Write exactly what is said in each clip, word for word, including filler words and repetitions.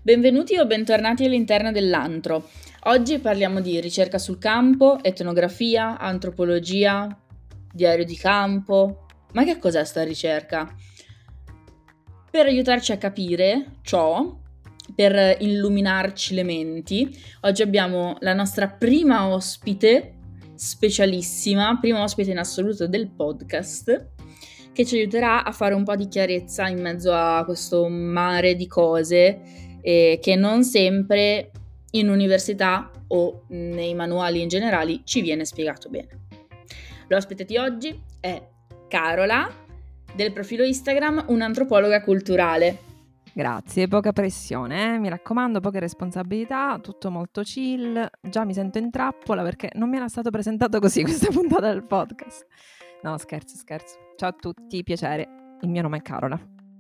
Benvenuti o bentornati all'interno dell'Antro. Oggi parliamo di ricerca sul campo, etnografia, antropologia, diario di campo. Ma che cos'è sta ricerca? Per aiutarci a capire ciò, per illuminarci le menti, oggi abbiamo la nostra prima ospite, specialissima, prima ospite in assoluto del podcast, che ci aiuterà a fare un po' di chiarezza in mezzo a questo mare di cose eh, che non sempre in università o nei manuali in generale ci viene spiegato bene. L'ospite di oggi è Carola, del profilo Instagram Un'antropologa culturale. Grazie, poca pressione, eh? Mi raccomando, poche responsabilità, tutto molto chill. Già mi sento in trappola perché non mi era stato presentato così questa puntata del podcast. No, scherzo, scherzo. Ciao a tutti, piacere. Il mio nome è Carola.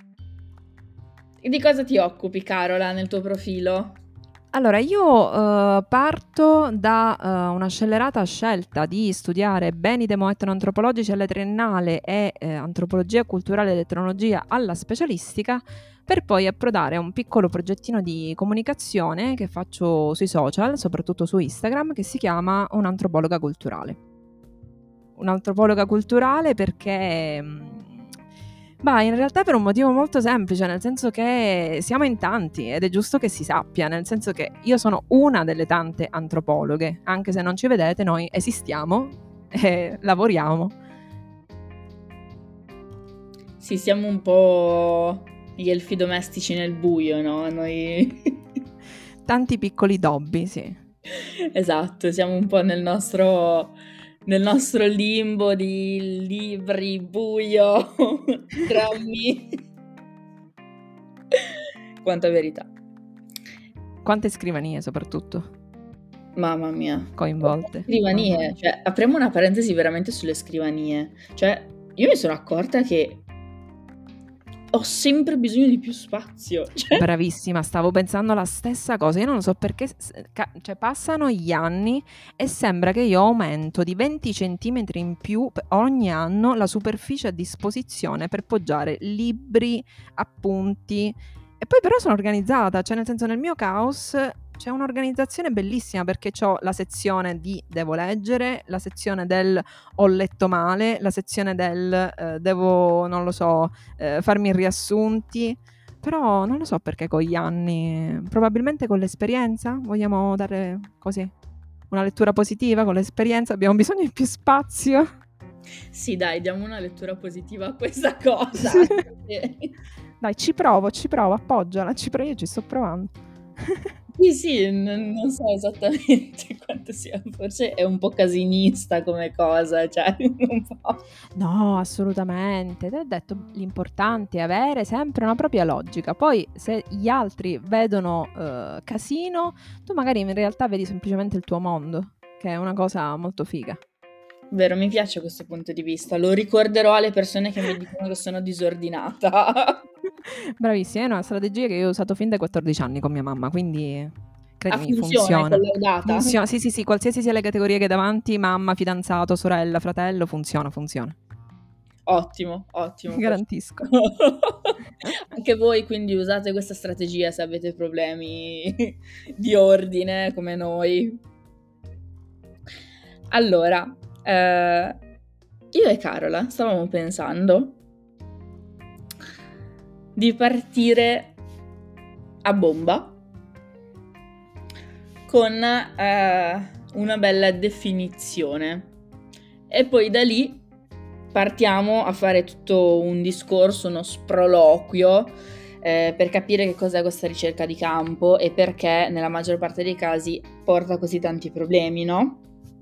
E di cosa ti occupi, Carola, nel tuo profilo? Allora, io uh, parto da uh, una scellerata scelta di studiare beni demo-etnoantropologici alla triennale e eh, antropologia culturale ed etnologia alla specialistica, per poi approdare a un piccolo progettino di comunicazione che faccio sui social, soprattutto su Instagram, che si chiama Un'antropologa culturale. Un'antropologa culturale perché... Bah, in realtà per un motivo molto semplice, nel senso che siamo in tanti ed è giusto che si sappia, nel senso che io sono una delle tante antropologhe, anche se non ci vedete, noi esistiamo e lavoriamo. Sì, siamo un po' gli elfi domestici nel buio, no? Noi... Tanti piccoli dobby, sì. Esatto, siamo un po' nel nostro... nel nostro limbo di libri, buio, drammi. Quanta verità. Quante scrivanie soprattutto. Mamma mia. Coinvolte. Scrivanie, Mamma mia. cioè apriamo una parentesi veramente sulle scrivanie. Cioè, io mi sono accorta che ho sempre bisogno di più spazio. Cioè... Bravissima, stavo pensando la stessa cosa. Io non lo so perché, cioè passano gli anni e sembra che io aumento di venti centimetri in più ogni anno la superficie a disposizione per poggiare libri, appunti. E poi però sono organizzata, cioè nel senso nel mio caos c'è un'organizzazione bellissima perché ho la sezione di devo leggere, la sezione del ho letto male, la sezione del eh, devo, non lo so, eh, farmi i riassunti, però non lo so perché con gli anni, probabilmente con l'esperienza, vogliamo dare così una lettura positiva, con l'esperienza abbiamo bisogno di più spazio. Sì, dai, diamo una lettura positiva a questa cosa. Dai, ci provo, ci provo, appoggiala, ci provo, io ci sto provando. Sì, sì, n- non so esattamente quanto sia, forse è un po' casinista come cosa, cioè un po'. No, assolutamente, ti ho detto, l'importante è avere sempre una propria logica, poi se gli altri vedono uh, casino, tu magari in realtà vedi semplicemente il tuo mondo, che è una cosa molto figa. Vero, mi piace questo punto di vista, lo ricorderò alle persone che mi dicono che sono disordinata. Bravissima, è una strategia che io ho usato fin dai quattordici anni con mia mamma, quindi credimi, Ah, funziona, funziona. è collaudata. Funziona. Sì, sì, sì, qualsiasi sia le categorie che hai davanti, mamma, fidanzato, sorella, fratello, funziona, funziona. Ottimo, ottimo. Garantisco. Anche voi quindi usate questa strategia se avete problemi di ordine come noi. Allora, eh, io e Carola stavamo pensando di partire a bomba con eh, una bella definizione e poi da lì partiamo a fare tutto un discorso, uno sproloquio eh, per capire che cos'è questa ricerca di campo e perché nella maggior parte dei casi porta così tanti problemi, no?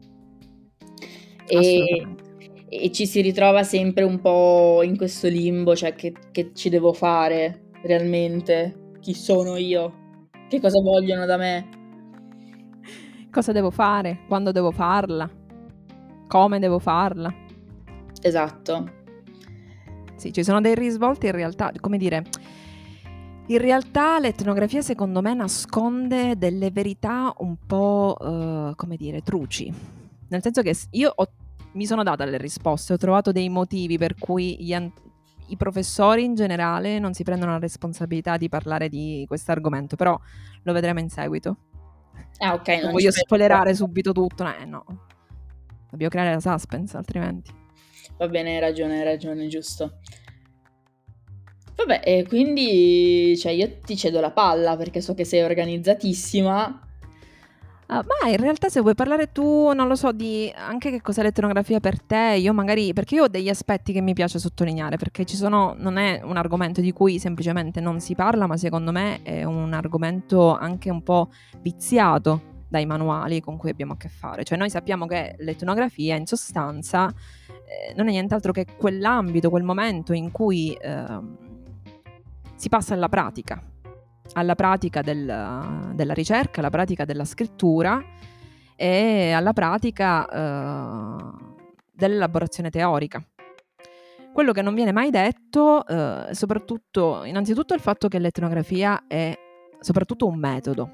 E, e ci si ritrova sempre un po' in questo limbo, cioè che, che ci devo fare realmente? Chi sono io? Che cosa vogliono da me? Cosa devo fare? Quando devo farla? Come devo farla? Esatto. Sì, ci sono dei risvolti in realtà, come dire, in realtà l'etnografia secondo me nasconde delle verità un po', uh, come dire, truci. Nel senso che io ho, mi sono data le risposte, ho trovato dei motivi per cui gli an- i professori in generale non si prendono la responsabilità di parlare di questo argomento, però lo vedremo in seguito. Ah, ok, non non voglio ci spoilerare penso. subito tutto, eh, no, dobbiamo creare la suspense altrimenti. Va bene, hai ragione, hai ragione, giusto. Vabbè, e quindi cioè, io ti cedo la palla perché so che sei organizzatissima. Uh, ma in realtà se vuoi parlare tu, non lo so, di anche che cos'è l'etnografia per te, io magari, perché io ho degli aspetti che mi piace sottolineare, perché ci sono, non è un argomento di cui semplicemente non si parla, ma secondo me è un argomento anche un po' viziato dai manuali con cui abbiamo a che fare. Cioè noi sappiamo che l'etnografia in sostanza eh, non è nient'altro che quell'ambito, quel momento in cui eh, si passa alla pratica. alla pratica del, della ricerca, alla pratica della scrittura e alla pratica eh, dell'elaborazione teorica. Quello che non viene mai detto, eh, soprattutto, innanzitutto il fatto che l'etnografia è soprattutto un metodo.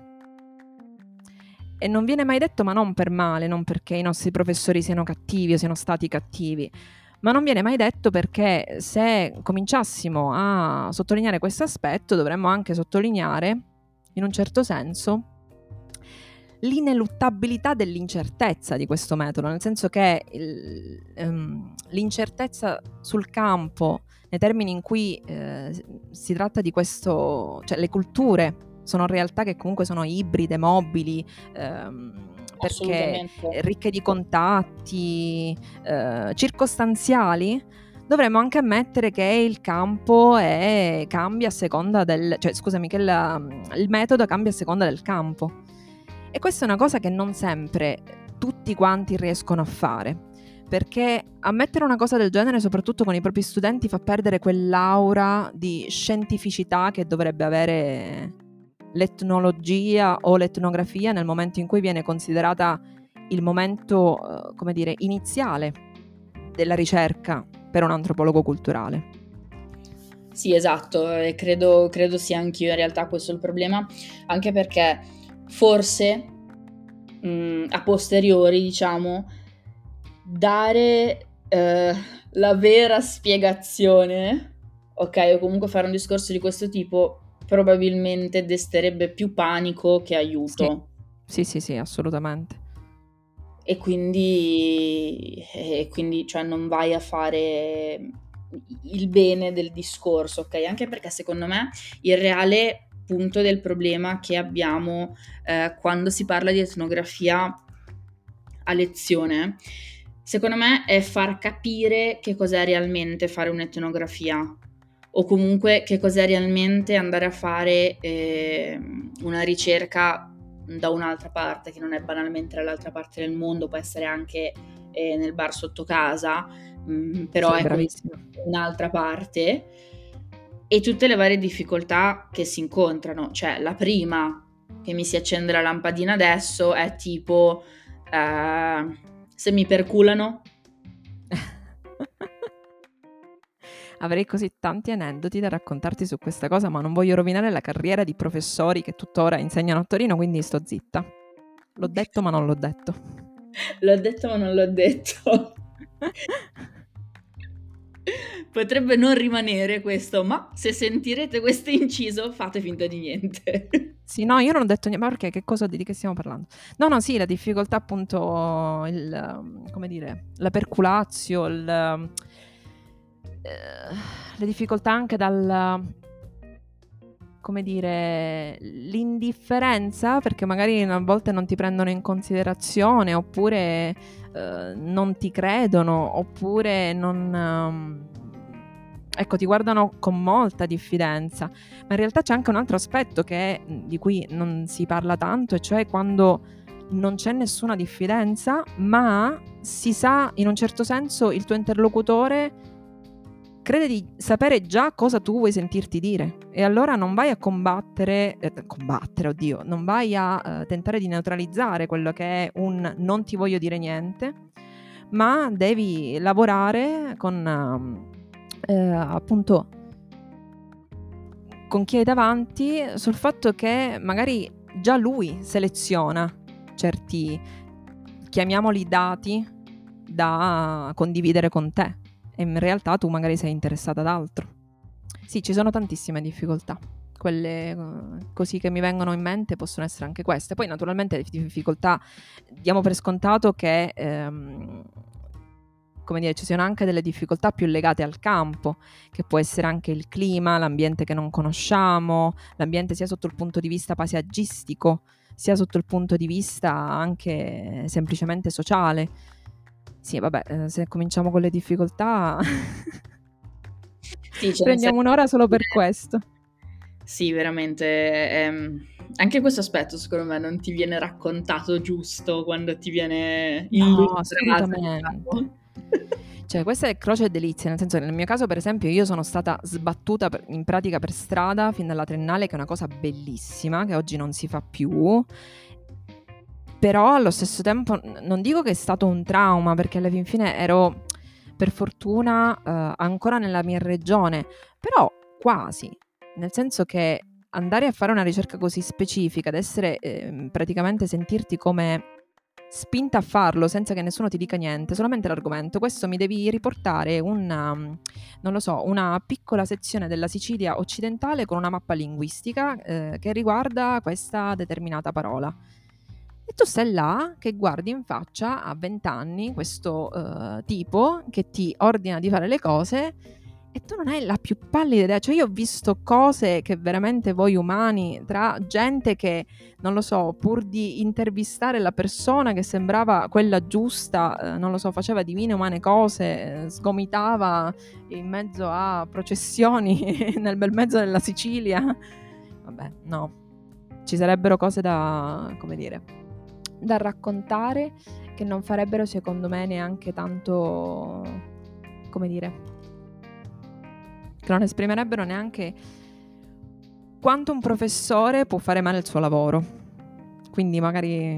E non viene mai detto, ma non per male, non perché i nostri professori siano cattivi o siano stati cattivi, ma non viene mai detto perché se cominciassimo a sottolineare questo aspetto dovremmo anche sottolineare, in un certo senso, l'ineluttabilità dell'incertezza di questo metodo, nel senso che il, um, l'incertezza sul campo, nei termini in cui eh, si tratta di questo, cioè le culture sono realtà che comunque sono ibride, mobili, ehm, perché ricche di contatti, eh, circostanziali, dovremmo anche ammettere che il campo è, cambia a seconda del, cioè scusami, che il, il metodo cambia a seconda del campo. E questa è una cosa che non sempre tutti quanti riescono a fare, perché ammettere una cosa del genere, soprattutto con i propri studenti, fa perdere quell'aura di scientificità che dovrebbe avere l'etnologia o l'etnografia nel momento in cui viene considerata il momento, come dire, iniziale della ricerca per un antropologo culturale. Sì, esatto, e credo, credo sia anch'io in realtà questo il problema, anche perché forse mh, a posteriori, diciamo, dare eh, la vera spiegazione, ok, o comunque fare un discorso di questo tipo probabilmente desterebbe più panico che aiuto. Sì, sì, sì, sì, assolutamente. E quindi, e quindi cioè, non vai a fare il bene del discorso, ok? Anche perché secondo me il reale punto del problema che abbiamo eh, quando si parla di etnografia a lezione, secondo me è far capire che cos'è realmente fare un'etnografia o comunque che cos'è realmente andare a fare eh, una ricerca da un'altra parte, che non è banalmente dall'altra parte del mondo, può essere anche eh, nel bar sotto casa, mh, però sì, è bravissima. un'altra parte, e tutte le varie difficoltà che si incontrano. Cioè, la prima che mi si accende la lampadina adesso è tipo eh, se mi perculano. Avrei così tanti aneddoti da raccontarti su questa cosa, ma non voglio rovinare la carriera di professori che tuttora insegnano a Torino, quindi sto zitta. L'ho detto ma non l'ho detto. L'ho detto ma non l'ho detto. Potrebbe non rimanere questo, ma se sentirete questo inciso fate finta di niente. Sì, no, io non ho detto niente, ma perché? Che cosa, di che stiamo parlando? No, no, sì, la difficoltà appunto, il, come dire, la perculazio, il, eh, le difficoltà anche dal, come dire, l'indifferenza, perché magari a volte non ti prendono in considerazione, oppure eh, non ti credono, oppure non... Um, ecco, ti guardano con molta diffidenza, ma in realtà c'è anche un altro aspetto che, di cui non si parla tanto, e cioè quando non c'è nessuna diffidenza, ma si sa in un certo senso il tuo interlocutore crede di sapere già cosa tu vuoi sentirti dire, e allora non vai a combattere, eh, combattere, oddio, non vai a eh, tentare di neutralizzare quello che è un non ti voglio dire niente, ma devi lavorare con... Uh, Eh, appunto con chi hai davanti sul fatto che magari già lui seleziona certi, chiamiamoli, dati da condividere con te, e in realtà tu magari sei interessata ad altro. Sì, ci sono tantissime difficoltà. Quelle uh, così che mi vengono in mente possono essere anche queste. Poi naturalmente le difficoltà diamo per scontato che ehm, come dire, ci siano anche delle difficoltà più legate al campo, che può essere anche il clima, l'ambiente che non conosciamo, l'ambiente sia sotto il punto di vista paesaggistico, sia sotto il punto di vista anche semplicemente sociale. Sì, vabbè, eh, se cominciamo con le difficoltà sì, prendiamo un'ora solo per questo. Sì, veramente. Ehm, anche questo aspetto, secondo me, non ti viene raccontato giusto quando ti viene illustrato. No, assolutamente. Cioè, questa è croce e delizia, nel senso che nel mio caso, per esempio, io sono stata sbattuta per, in pratica per strada fin dalla triennale, che è una cosa bellissima, che oggi non si fa più. Però allo stesso tempo non dico che è stato un trauma, perché alla fin fine ero, per fortuna, eh, ancora nella mia regione, però quasi, nel senso che andare a fare una ricerca così specifica, ad essere eh, praticamente sentirti come spinta a farlo senza che nessuno ti dica niente, solamente l'argomento, questo mi devi riportare una, non lo so, una piccola sezione della Sicilia occidentale con una mappa linguistica eh, che riguarda questa determinata parola. E tu stai là che guardi in faccia a vent'anni questo uh, tipo che ti ordina di fare le cose e tu non hai la più pallida idea. Cioè io ho visto cose che veramente voi umani, tra gente che, non lo so, pur di intervistare la persona che sembrava quella giusta, eh, non lo so, faceva divine umane cose, eh, sgomitava in mezzo a processioni nel bel mezzo della Sicilia. Vabbè, no. Ci sarebbero cose da, come dire, da raccontare che non farebbero secondo me neanche tanto, come dire, che non esprimerebbero neanche quanto un professore può fare male il suo lavoro. Quindi magari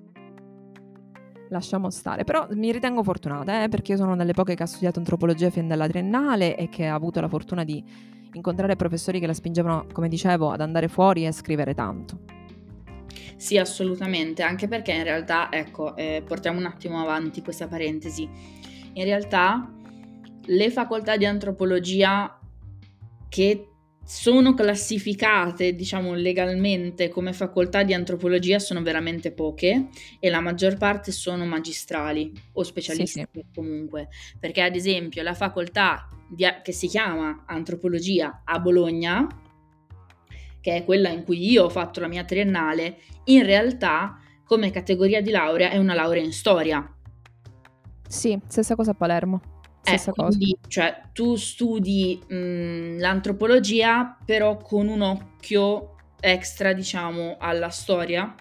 lasciamo stare. Però mi ritengo fortunata, eh, perché io sono una delle poche che ha studiato antropologia fin dalla triennale e che ha avuto la fortuna di incontrare professori che la spingevano, come dicevo, ad andare fuori e a scrivere tanto. Sì, assolutamente, anche perché in realtà, ecco, eh, portiamo un attimo avanti questa parentesi. In realtà le facoltà di antropologia che sono classificate, diciamo, legalmente come facoltà di antropologia sono veramente poche e la maggior parte sono magistrali o specialistiche, sì, sì. Comunque, perché ad esempio la facoltà di, che si chiama antropologia a Bologna, che è quella in cui io ho fatto la mia triennale, in realtà come categoria di laurea è una laurea in storia. Sì, stessa cosa a Palermo. Stessa eh, quindi, cosa. cioè, tu studi mh, l'antropologia, però con un occhio extra, diciamo, alla storia.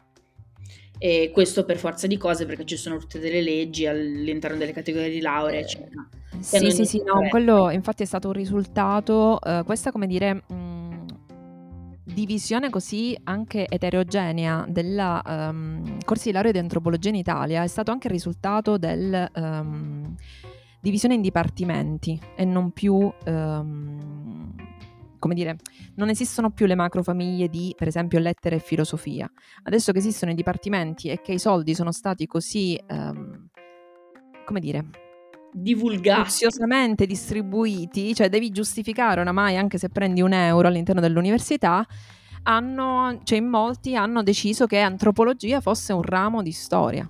E questo per forza di cose, perché ci sono tutte delle leggi all'interno delle categorie di laurea, eccetera. Sì, sì, sì, no, quello infatti è stato un risultato, uh, questa, come dire, mh, divisione così anche eterogenea della um, corsi di laurea di antropologia in Italia è stato anche il risultato del um, divisione in dipartimenti e non più um, come dire, non esistono più le macrofamiglie di, per esempio, lettere e filosofia. Adesso che esistono i dipartimenti e che i soldi sono stati così um, come dire, divulgati, oziosamente distribuiti, cioè devi giustificare oramai anche se prendi un euro all'interno dell'università, hanno, cioè in molti hanno deciso che antropologia fosse un ramo di storia.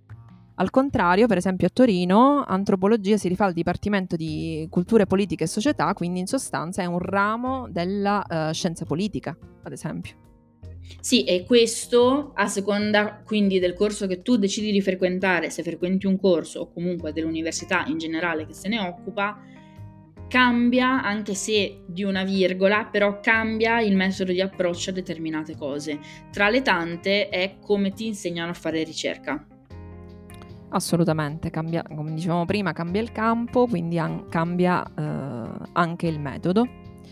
Al contrario, per esempio a Torino, antropologia si rifà al Dipartimento di Culture, Politiche e Società, quindi in sostanza è un ramo della uh, scienza politica, ad esempio. Sì, e questo a seconda quindi del corso che tu decidi di frequentare, se frequenti un corso o comunque dell'università in generale che se ne occupa, cambia, anche se di una virgola, però cambia il metodo di approccio a determinate cose. Tra le tante è come ti insegnano a fare ricerca. Assolutamente, cambia, come dicevamo prima, cambia il campo, quindi an- cambia eh, anche il metodo.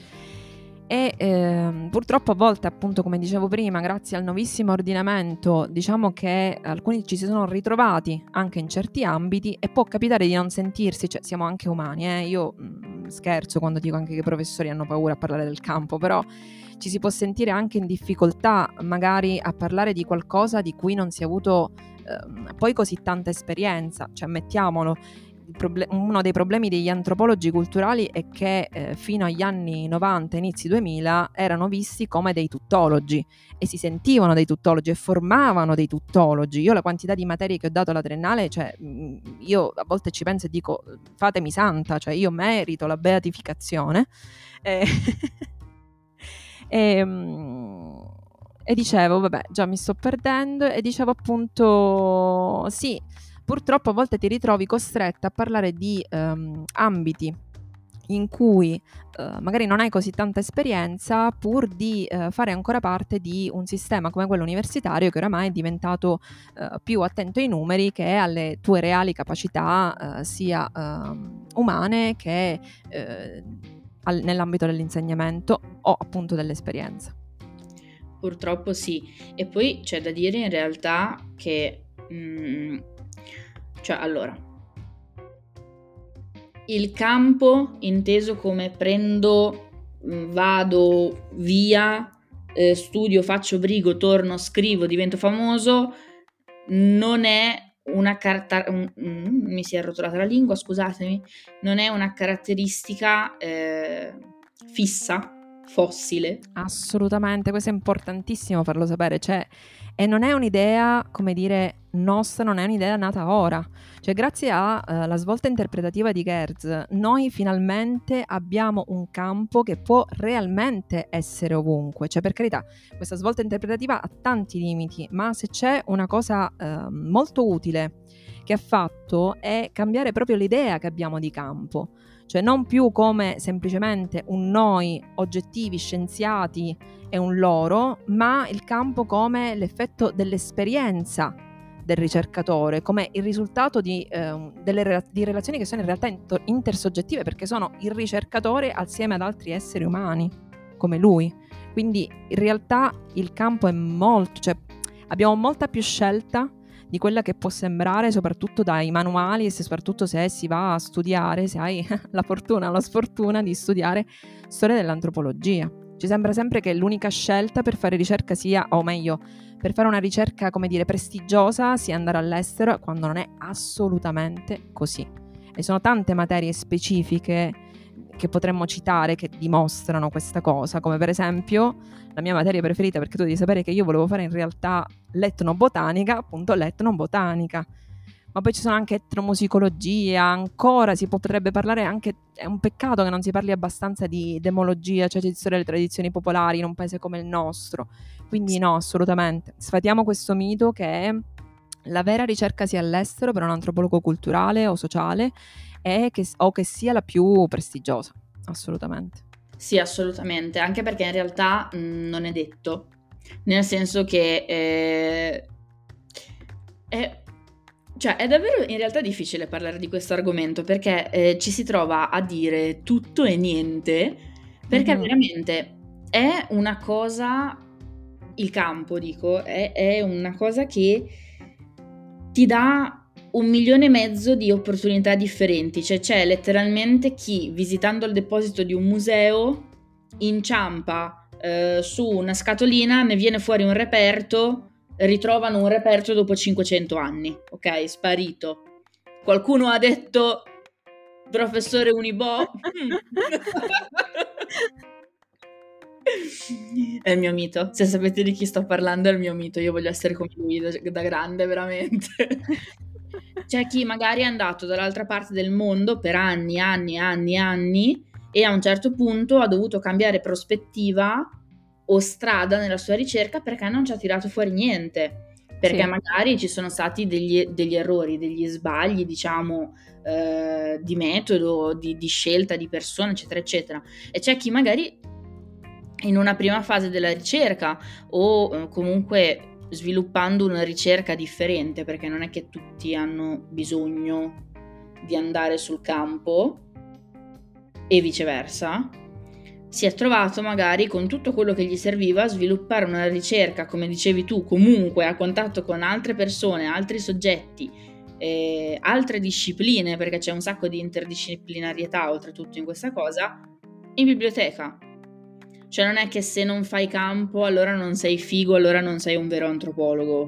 E eh, purtroppo a volte, appunto, come dicevo prima, grazie al nuovissimo ordinamento, diciamo che alcuni ci si sono ritrovati anche in certi ambiti e può capitare di non sentirsi, cioè siamo anche umani, eh? Io mh, scherzo quando dico anche che i professori hanno paura a parlare del campo, però ci si può sentire anche in difficoltà magari a parlare di qualcosa di cui non si è avuto eh, poi così tanta esperienza, cioè mettiamolo, proble- uno dei problemi degli antropologi culturali è che eh, fino agli anni novanta, inizi duemila, erano visti come dei tuttologi e si sentivano dei tuttologi e formavano dei tuttologi. Io la quantità di materie che ho dato alla triennale, cioè mh, io a volte ci penso e dico fatemi santa, cioè io merito la beatificazione. E, e, mh, e dicevo, vabbè, già mi sto perdendo, e dicevo appunto, sì, purtroppo a volte ti ritrovi costretta a parlare di um, ambiti in cui uh, magari non hai così tanta esperienza, pur di uh, fare ancora parte di un sistema come quello universitario che oramai è diventato uh, più attento ai numeri che alle tue reali capacità uh, sia uh, umane che uh, al- nell'ambito dell'insegnamento o appunto dell'esperienza. Purtroppo sì, e poi c'è da dire in realtà che, mm, cioè allora, il campo inteso come prendo, mm, vado via, eh, studio, faccio brigo, torno, scrivo, divento famoso, non è una carta, mm, mm, mi si è arrotolata la lingua, scusatemi, non è una caratteristica eh, fissa, fossile. Assolutamente, questo è importantissimo farlo sapere, cioè, e non è un'idea, come dire, nostra, non è un'idea nata ora. Cioè, grazie alla uh, svolta interpretativa di Geertz, noi finalmente abbiamo un campo che può realmente essere ovunque. Cioè, per carità, questa svolta interpretativa ha tanti limiti, ma se c'è una cosa uh, molto utile che ha fatto è cambiare proprio l'idea che abbiamo di campo. Cioè non più come semplicemente un noi oggettivi, scienziati e un loro, ma il campo come l'effetto dell'esperienza del ricercatore, come il risultato di, eh, delle di relazioni che sono in realtà inter- intersoggettive, perché sono il ricercatore assieme ad altri esseri umani, come lui. Quindi in realtà il campo è molto, cioè abbiamo molta più scelta di quella che può sembrare, soprattutto dai manuali e soprattutto se si va a studiare, se hai la fortuna o la sfortuna di studiare storia dell'antropologia. Ci sembra sempre che l'unica scelta per fare ricerca sia, o meglio, per fare una ricerca, come dire, prestigiosa, sia andare all'estero, quando non è assolutamente così. E sono tante materie specifiche che potremmo citare che dimostrano questa cosa, come per esempio la mia materia preferita, perché tu devi sapere che io volevo fare in realtà l'etnobotanica, appunto l'etnobotanica, ma poi ci sono anche etnomusicologia, ancora si potrebbe parlare anche, è un peccato che non si parli abbastanza di demologia, cioè di storia delle tradizioni popolari in un paese come il nostro, quindi no, assolutamente, sfatiamo questo mito che la vera ricerca sia all'estero per un antropologo culturale o sociale e che, o che sia la più prestigiosa, assolutamente. Sì, assolutamente, anche perché in realtà mh, non è detto, nel senso che eh, è, cioè, è davvero in realtà difficile parlare di questo argomento perché eh, ci si trova a dire tutto e niente, perché Mhm. veramente è una cosa, il campo dico, è, è una cosa che ti dà un milione e mezzo di opportunità differenti, cioè c'è letteralmente chi visitando il deposito di un museo inciampa eh, su una scatolina, ne viene fuori un reperto, ritrovano un reperto dopo cinquecento anni, ok? Sparito. Qualcuno ha detto professore Unibò? È il mio mito, se sapete di chi sto parlando è il mio mito, io voglio essere come lui da, da grande, veramente. C'è chi magari è andato dall'altra parte del mondo per anni, anni, anni, anni e a un certo punto ha dovuto cambiare prospettiva o strada nella sua ricerca perché non ci ha tirato fuori niente, perché Sì. magari ci sono stati degli, degli errori, degli sbagli, diciamo, eh, di metodo, di, di scelta di persona, eccetera, eccetera. E c'è chi magari in una prima fase della ricerca o eh, comunque sviluppando una ricerca differente, perché non è che tutti hanno bisogno di andare sul campo e viceversa, si è trovato magari con tutto quello che gli serviva a sviluppare una ricerca, come dicevi tu, comunque a contatto con altre persone, altri soggetti, eh, altre discipline, perché c'è un sacco di interdisciplinarietà oltretutto in questa cosa, in biblioteca. Cioè non è che se non fai campo allora non sei figo, allora non sei un vero antropologo.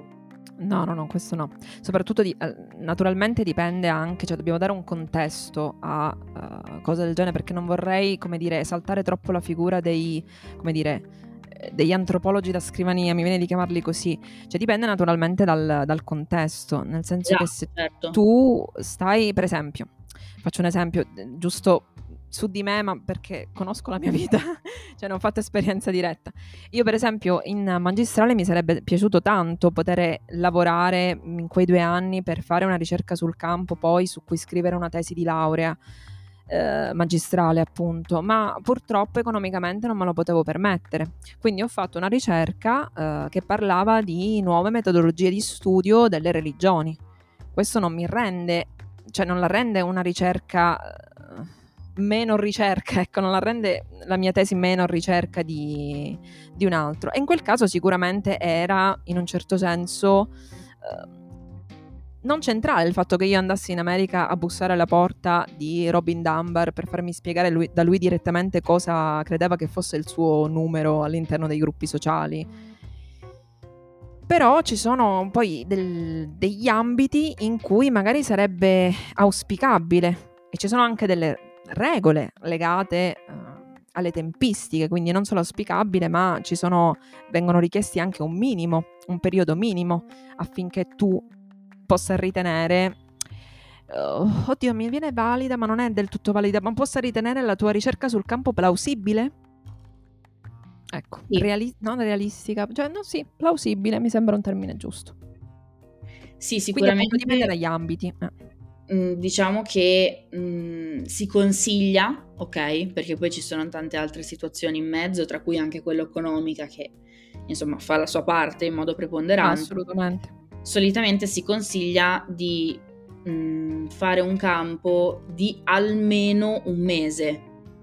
No, no, no, questo no. Soprattutto di, eh, naturalmente dipende anche, cioè dobbiamo dare un contesto a uh, cose del genere, perché non vorrei, come dire, esaltare troppo la figura dei, come dire, eh, degli antropologi da scrivania, mi viene di chiamarli così. Cioè dipende naturalmente dal, dal contesto, nel senso che Esatto, se certo. tu stai, per esempio, faccio un esempio eh, giusto su di me, ma perché conosco la mia vita, cioè non ho fatto esperienza diretta. Io per esempio in magistrale mi sarebbe piaciuto tanto poter lavorare in quei due anni per fare una ricerca sul campo, poi su cui scrivere una tesi di laurea eh, magistrale appunto, ma purtroppo economicamente non me lo potevo permettere. Quindi ho fatto una ricerca eh, che parlava di nuove metodologie di studio delle religioni. Questo non mi rende, cioè non la rende una ricerca eh, meno ricerca, ecco, non la rende la mia tesi meno ricerca di, di un altro. E in quel caso sicuramente era, in un certo senso, eh, non centrale il fatto che io andassi in America a bussare alla porta di Robin Dunbar per farmi spiegare lui, da lui direttamente cosa credeva che fosse il suo numero all'interno dei gruppi sociali. Però ci sono poi del, degli ambiti in cui magari sarebbe auspicabile, e ci sono anche delle regole legate uh, alle tempistiche, quindi non solo auspicabile, ma ci sono, vengono richiesti anche un minimo, un periodo minimo affinché tu possa ritenere uh, oddio, mi viene valida, ma non è del tutto valida, ma possa ritenere la tua ricerca sul campo plausibile? Ecco, Sì. reali- non realistica, cioè no, sì, plausibile, mi sembra un termine giusto. Sì, Quindi appunto sicuramente. dipende dagli ambiti. Eh. mh, diciamo che mh, si consiglia, ok? Perché poi ci sono tante altre situazioni in mezzo, tra cui anche quella economica che insomma fa la sua parte in modo preponderante. Assolutamente. Solitamente si consiglia di mh, fare un campo di almeno un mese.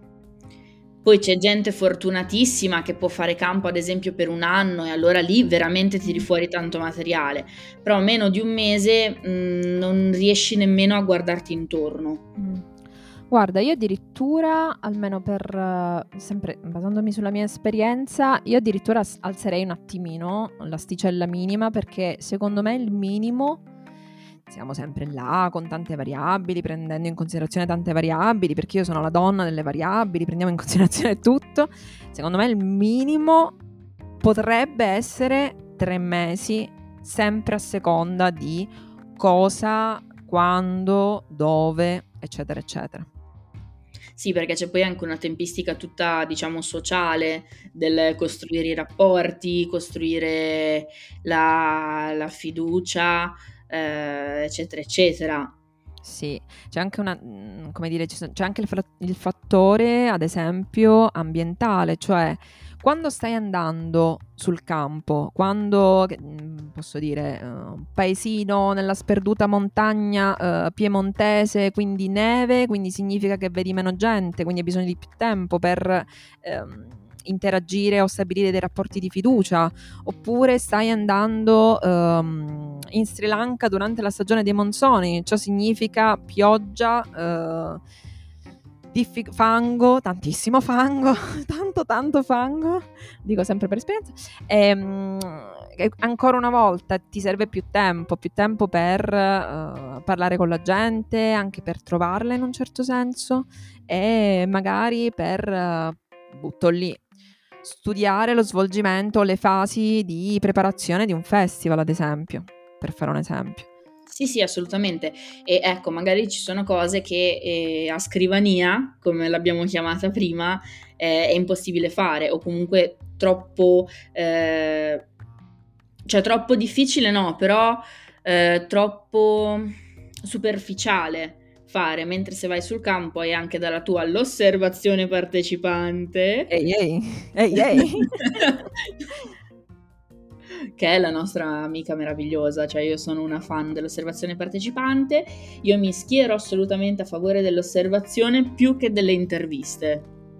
Poi c'è gente fortunatissima che può fare campo ad esempio per un anno e allora lì veramente tiri fuori tanto materiale, però meno di un mese mh, non riesci nemmeno a guardarti intorno. Mm. Guarda, io addirittura, almeno per, uh, sempre basandomi sulla mia esperienza, io addirittura alzerei un attimino l'asticella minima, perché secondo me il minimo, siamo sempre là con tante variabili, prendendo in considerazione tante variabili, perché io sono la donna delle variabili, prendiamo in considerazione tutto, secondo me il minimo potrebbe essere tre mesi, sempre a seconda di cosa, quando, dove, eccetera, eccetera. Sì, perché c'è poi anche una tempistica tutta, diciamo, sociale del costruire i rapporti, costruire la, la fiducia, eh, eccetera, eccetera. Sì, c'è anche una, mm, come dire, ci sono- c'è anche il, fra- il fattore, ad esempio, ambientale, cioè quando stai andando sul campo, quando, che- mm, posso dire, eh, un paesino nella sperduta montagna eh, piemontese, quindi neve, quindi significa che vedi meno gente, quindi hai bisogno di più tempo per ehm, interagire o stabilire dei rapporti di fiducia, oppure stai andando ehm, in Sri Lanka durante la stagione dei monsoni, ciò significa pioggia, eh, diffi- fango, tantissimo fango, tanto tanto fango, dico sempre per esperienza, e, mm, e ancora una volta ti serve più tempo, più tempo per eh, parlare con la gente, anche per trovarla in un certo senso, e magari per, eh, butto lì, studiare lo svolgimento, le fasi di preparazione di un festival, ad esempio, per fare un esempio. Sì, sì, assolutamente. E ecco, magari ci sono cose che eh, a scrivania, come l'abbiamo chiamata prima, eh, è impossibile fare, o comunque troppo, eh, cioè troppo difficile no, però eh, troppo superficiale fare, mentre se vai sul campo hai anche dalla tua l'osservazione partecipante. Ehi, ehi, ehi, ehi. Che è la nostra amica meravigliosa, cioè io sono una fan dell'osservazione partecipante, io mi schiero assolutamente a favore dell'osservazione più che delle interviste.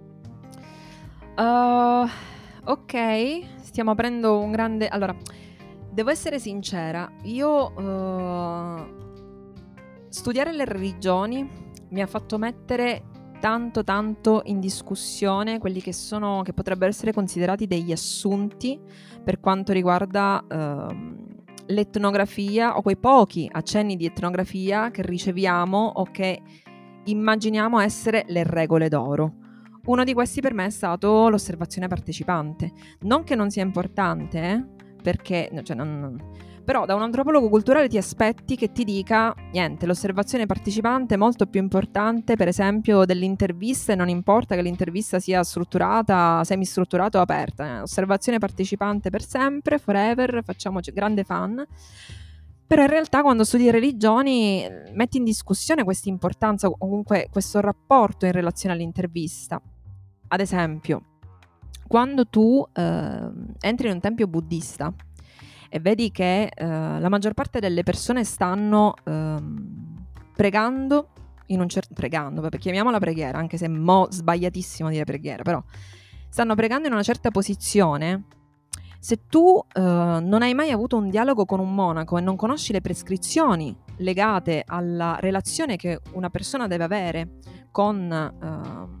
Uh, ok, stiamo aprendo un grande... Allora, devo essere sincera, io uh, studiare le religioni mi ha fatto mettere tanto tanto in discussione quelli che sono, che potrebbero essere considerati degli assunti per quanto riguarda uh, l'etnografia o quei pochi accenni di etnografia che riceviamo o che immaginiamo essere le regole d'oro. Uno di questi per me è stato l'osservazione partecipante. Non che non sia importante, eh? Perché, cioè, non, non. Però da un antropologo culturale ti aspetti che ti dica niente, l'osservazione partecipante è molto più importante, per esempio, dell'intervista, e non importa che l'intervista sia strutturata, semistrutturata o aperta. Eh? Osservazione partecipante per sempre, forever, facciamoci grande fan. Però in realtà quando studi religioni metti in discussione questa importanza o comunque questo rapporto in relazione all'intervista. Ad esempio, quando tu eh, entri in un tempio buddista e vedi che eh, la maggior parte delle persone stanno eh, pregando in un certo pregando, vabbè, chiamiamola preghiera, anche se è mo sbagliatissimo dire preghiera, però stanno pregando in una certa posizione. Se tu eh, non hai mai avuto un dialogo con un monaco e non conosci le prescrizioni legate alla relazione che una persona deve avere con eh,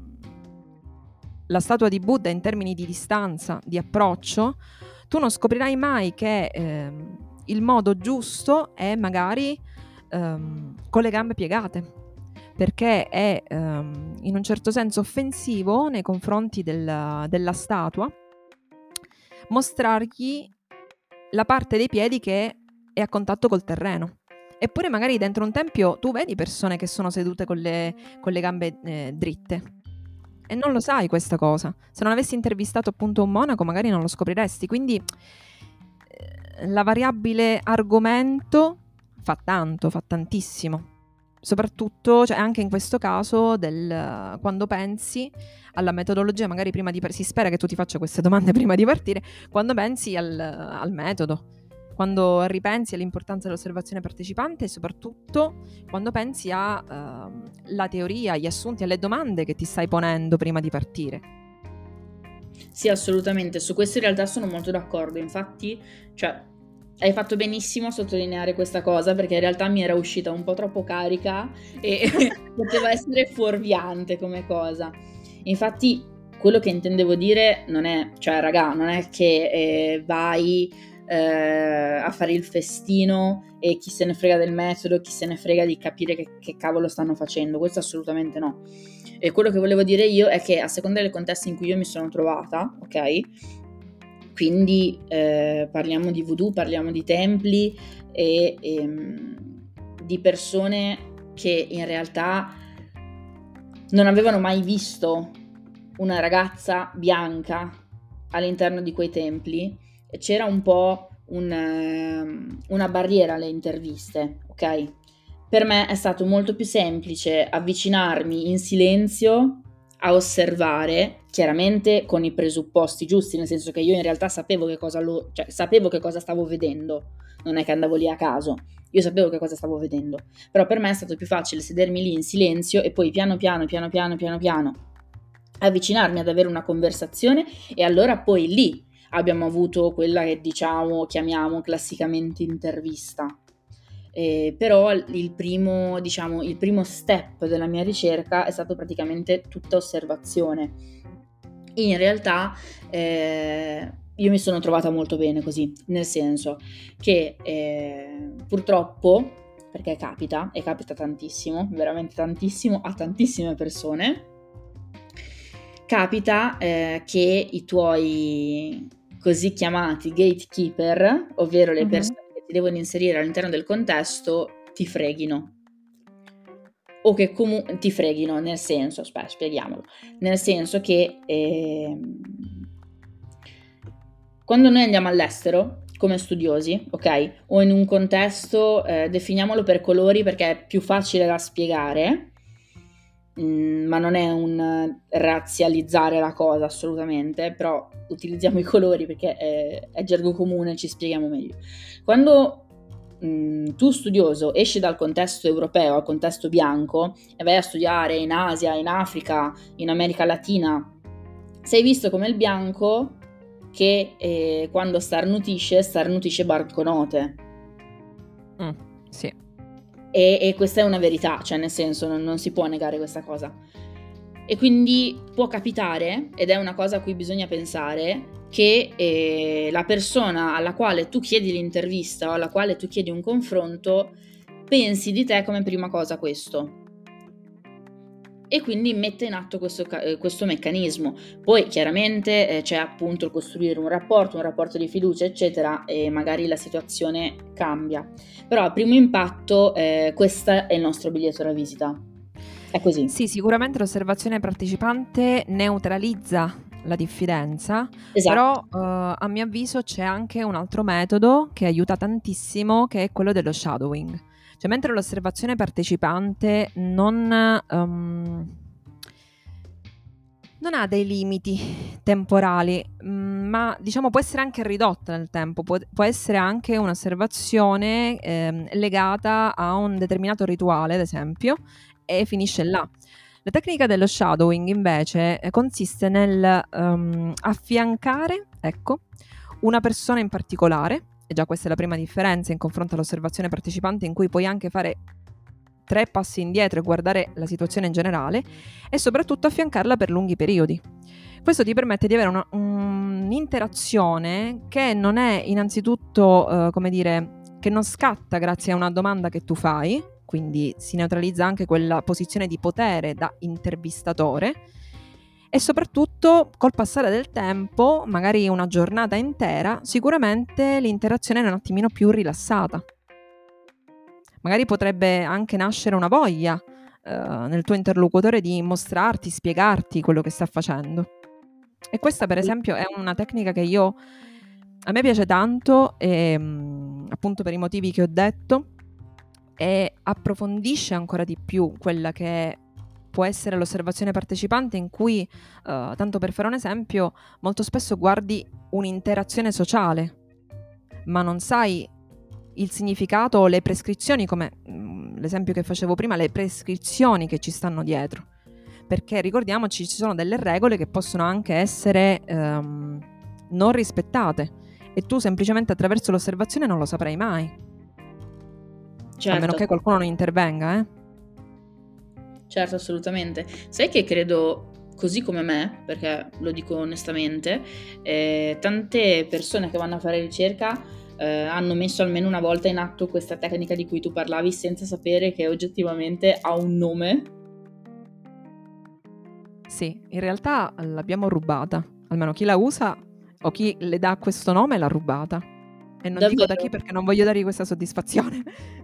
la statua di Buddha in termini di distanza, di approccio, tu non scoprirai mai che eh, il modo giusto è magari ehm, con le gambe piegate, perché è ehm, in un certo senso offensivo nei confronti del, della statua mostrargli la parte dei piedi che è a contatto col terreno. Eppure magari dentro un tempio tu vedi persone che sono sedute con le, con le gambe eh, dritte. E non lo sai questa cosa. Se non avessi intervistato appunto un monaco magari non lo scopriresti. Quindi eh, la variabile argomento fa tanto, fa tantissimo. Soprattutto, cioè anche in questo caso, del, quando pensi alla metodologia, magari prima di si spera che tu ti faccia queste domande prima di partire, quando pensi al, al metodo, quando ripensi all'importanza dell'osservazione partecipante e soprattutto quando pensi alla uh, teoria, agli assunti, alle domande che ti stai ponendo prima di partire. Sì, assolutamente, su questo in realtà sono molto d'accordo, infatti, cioè, hai fatto benissimo a sottolineare questa cosa perché in realtà mi era uscita un po' troppo carica e poteva essere fuorviante come cosa. Infatti, quello che intendevo dire non è, cioè, raga, non è che eh, vai Eh, a fare il festino e chi se ne frega del metodo, chi se ne frega di capire che, che cavolo stanno facendo, questo assolutamente no. E quello che volevo dire io è che a seconda del contesto in cui io mi sono trovata, ok? Quindi eh, parliamo di voodoo, parliamo di templi e, e di persone che in realtà non avevano mai visto una ragazza bianca all'interno di quei templi. C'era un po' un, una barriera alle interviste, ok? Per me è stato molto più semplice avvicinarmi in silenzio a osservare, chiaramente con i presupposti giusti, nel senso che io in realtà sapevo che cosa lo, cioè sapevo che cosa stavo vedendo, non è che andavo lì a caso, io sapevo che cosa stavo vedendo, però per me è stato più facile sedermi lì in silenzio e poi piano piano, piano piano, piano piano avvicinarmi ad avere una conversazione e allora poi lì abbiamo avuto quella che diciamo, chiamiamo classicamente intervista. Eh, però il primo, diciamo, il primo step della mia ricerca è stato praticamente tutta osservazione. E in realtà eh, io mi sono trovata molto bene così, nel senso che eh, purtroppo, perché capita, e capita tantissimo, veramente tantissimo, a tantissime persone, capita eh, che i tuoi così chiamati gatekeeper, ovvero le persone uh-huh. che ti devono inserire all'interno del contesto, ti freghino. O che comunque ti freghino, nel senso, aspetta, spieghiamolo, nel senso che eh, quando noi andiamo all'estero, come studiosi, ok? O in un contesto, eh, definiamolo per colori perché è più facile da spiegare, Mm, ma non è un razzializzare la cosa assolutamente, però utilizziamo i colori perché è, è gergo comune, ci spieghiamo meglio. Quando mm, tu studioso esci dal contesto europeo al contesto bianco e vai a studiare in Asia, in Africa, in America Latina, sei visto come il bianco che eh, quando starnutisce, starnutisce banconote. Mm, sì. E, e questa è una verità, cioè nel senso non, non si può negare questa cosa. E quindi può capitare, ed è una cosa a cui bisogna pensare, che eh, la persona alla quale tu chiedi l'intervista o alla quale tu chiedi un confronto pensi di te come prima cosa questo. E quindi mette in atto questo, questo meccanismo. Poi chiaramente eh, c'è appunto il costruire un rapporto, un rapporto di fiducia, eccetera, e magari la situazione cambia. Però a primo impatto eh, questo è il nostro biglietto da visita. È così. Sì, sicuramente l'osservazione partecipante neutralizza la diffidenza, Esatto. però uh, a mio avviso c'è anche un altro metodo che aiuta tantissimo, che è quello dello shadowing. Cioè, mentre l'osservazione partecipante non, um, non ha dei limiti temporali, mh, ma diciamo può essere anche ridotta nel tempo, può, può essere anche un'osservazione ehm, legata a un determinato rituale, ad esempio, e finisce là. La tecnica dello shadowing invece eh, consiste nel um, affiancare, ecco, una persona in particolare, e già questa è la prima differenza in confronto all'osservazione partecipante, in cui puoi anche fare tre passi indietro e guardare la situazione in generale, e soprattutto affiancarla per lunghi periodi. Questo ti permette di avere una, un'interazione che non è innanzitutto, uh, come dire, che non scatta grazie a una domanda che tu fai, quindi si neutralizza anche quella posizione di potere da intervistatore, e soprattutto col passare del tempo, magari una giornata intera, sicuramente l'interazione è un attimino più rilassata. Magari potrebbe anche nascere una voglia eh, nel tuo interlocutore di mostrarti, spiegarti quello che sta facendo. E questa per esempio è una tecnica che io, a me piace tanto, e, mh, appunto per i motivi che ho detto, e approfondisce ancora di più quella che può essere l'osservazione partecipante, in cui, uh, tanto per fare un esempio, molto spesso guardi un'interazione sociale, ma non sai il significato o le prescrizioni, come mh, l'esempio che facevo prima, le prescrizioni che ci stanno dietro. Perché ricordiamoci, ci sono delle regole che possono anche essere um, non rispettate, e tu semplicemente attraverso l'osservazione non lo saprai mai. Certo. A meno che qualcuno non intervenga, eh? Certo, assolutamente. Sai che credo, così come me, perché lo dico onestamente, eh, tante persone che vanno a fare ricerca eh, hanno messo almeno una volta in atto questa tecnica di cui tu parlavi senza sapere che oggettivamente ha un nome. Sì, in realtà l'abbiamo rubata. Almeno chi la usa o chi le dà questo nome l'ha rubata. E non Davvero? Dico da chi, perché non voglio dargli questa soddisfazione.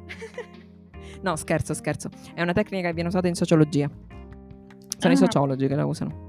No, scherzo, scherzo. È una tecnica che viene usata in sociologia. Sono ah. i sociologi che la usano.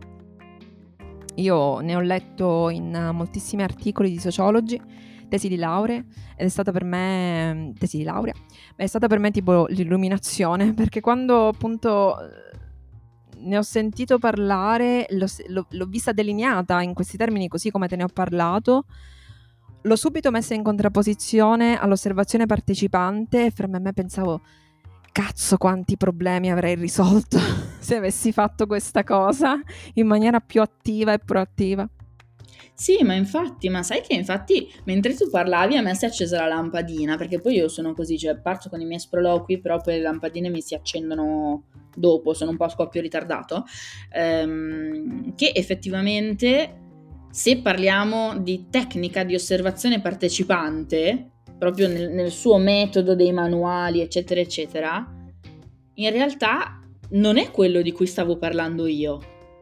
Io ne ho letto in moltissimi articoli di sociologi, tesi di laurea, ed è stata per me, tesi di laurea, è stata per me tipo l'illuminazione, perché quando appunto ne ho sentito parlare, l'ho, l'ho, l'ho vista delineata in questi termini così come te ne ho parlato, l'ho subito messa in contrapposizione all'osservazione partecipante, e fra me e me pensavo, cazzo quanti problemi avrei risolto se avessi fatto questa cosa in maniera più attiva e proattiva. Sì, ma infatti, ma sai che infatti mentre tu parlavi a me si è accesa la lampadina, perché poi io sono così, cioè parto con i miei sproloqui, però poi le lampadine mi si accendono dopo, sono un po' a scoppio ritardato, ehm, che effettivamente se parliamo di tecnica di osservazione partecipante, proprio nel, nel suo metodo dei manuali, eccetera, eccetera, in realtà non è quello di cui stavo parlando io.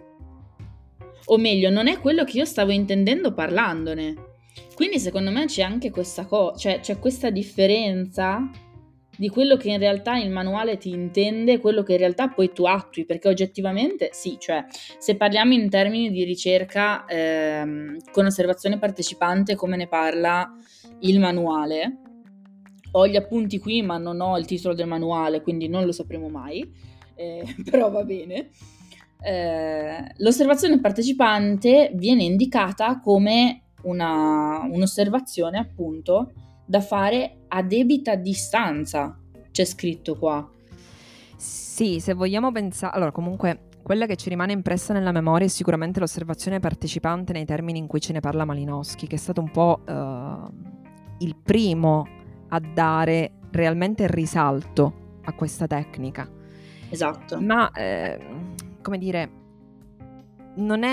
O meglio, non è quello che io stavo intendendo parlandone. Quindi secondo me c'è anche questa cosa, cioè c'è questa differenza di quello che in realtà il manuale ti intende e quello che in realtà poi tu attui, perché oggettivamente sì, cioè se parliamo in termini di ricerca ehm, con osservazione partecipante come ne parla il manuale, ho gli appunti qui ma non ho il titolo del manuale, quindi non lo sapremo mai, eh, però va bene. Eh, l'osservazione partecipante viene indicata come una, un'osservazione appunto da fare a debita distanza, c'è scritto qua. Sì, se vogliamo pensare, allora comunque quella che ci rimane impressa nella memoria è sicuramente l'osservazione partecipante nei termini in cui ce ne parla Malinowski, che è stato un po' uh, il primo a dare realmente risalto a questa tecnica. Esatto. Ma eh, come dire, non è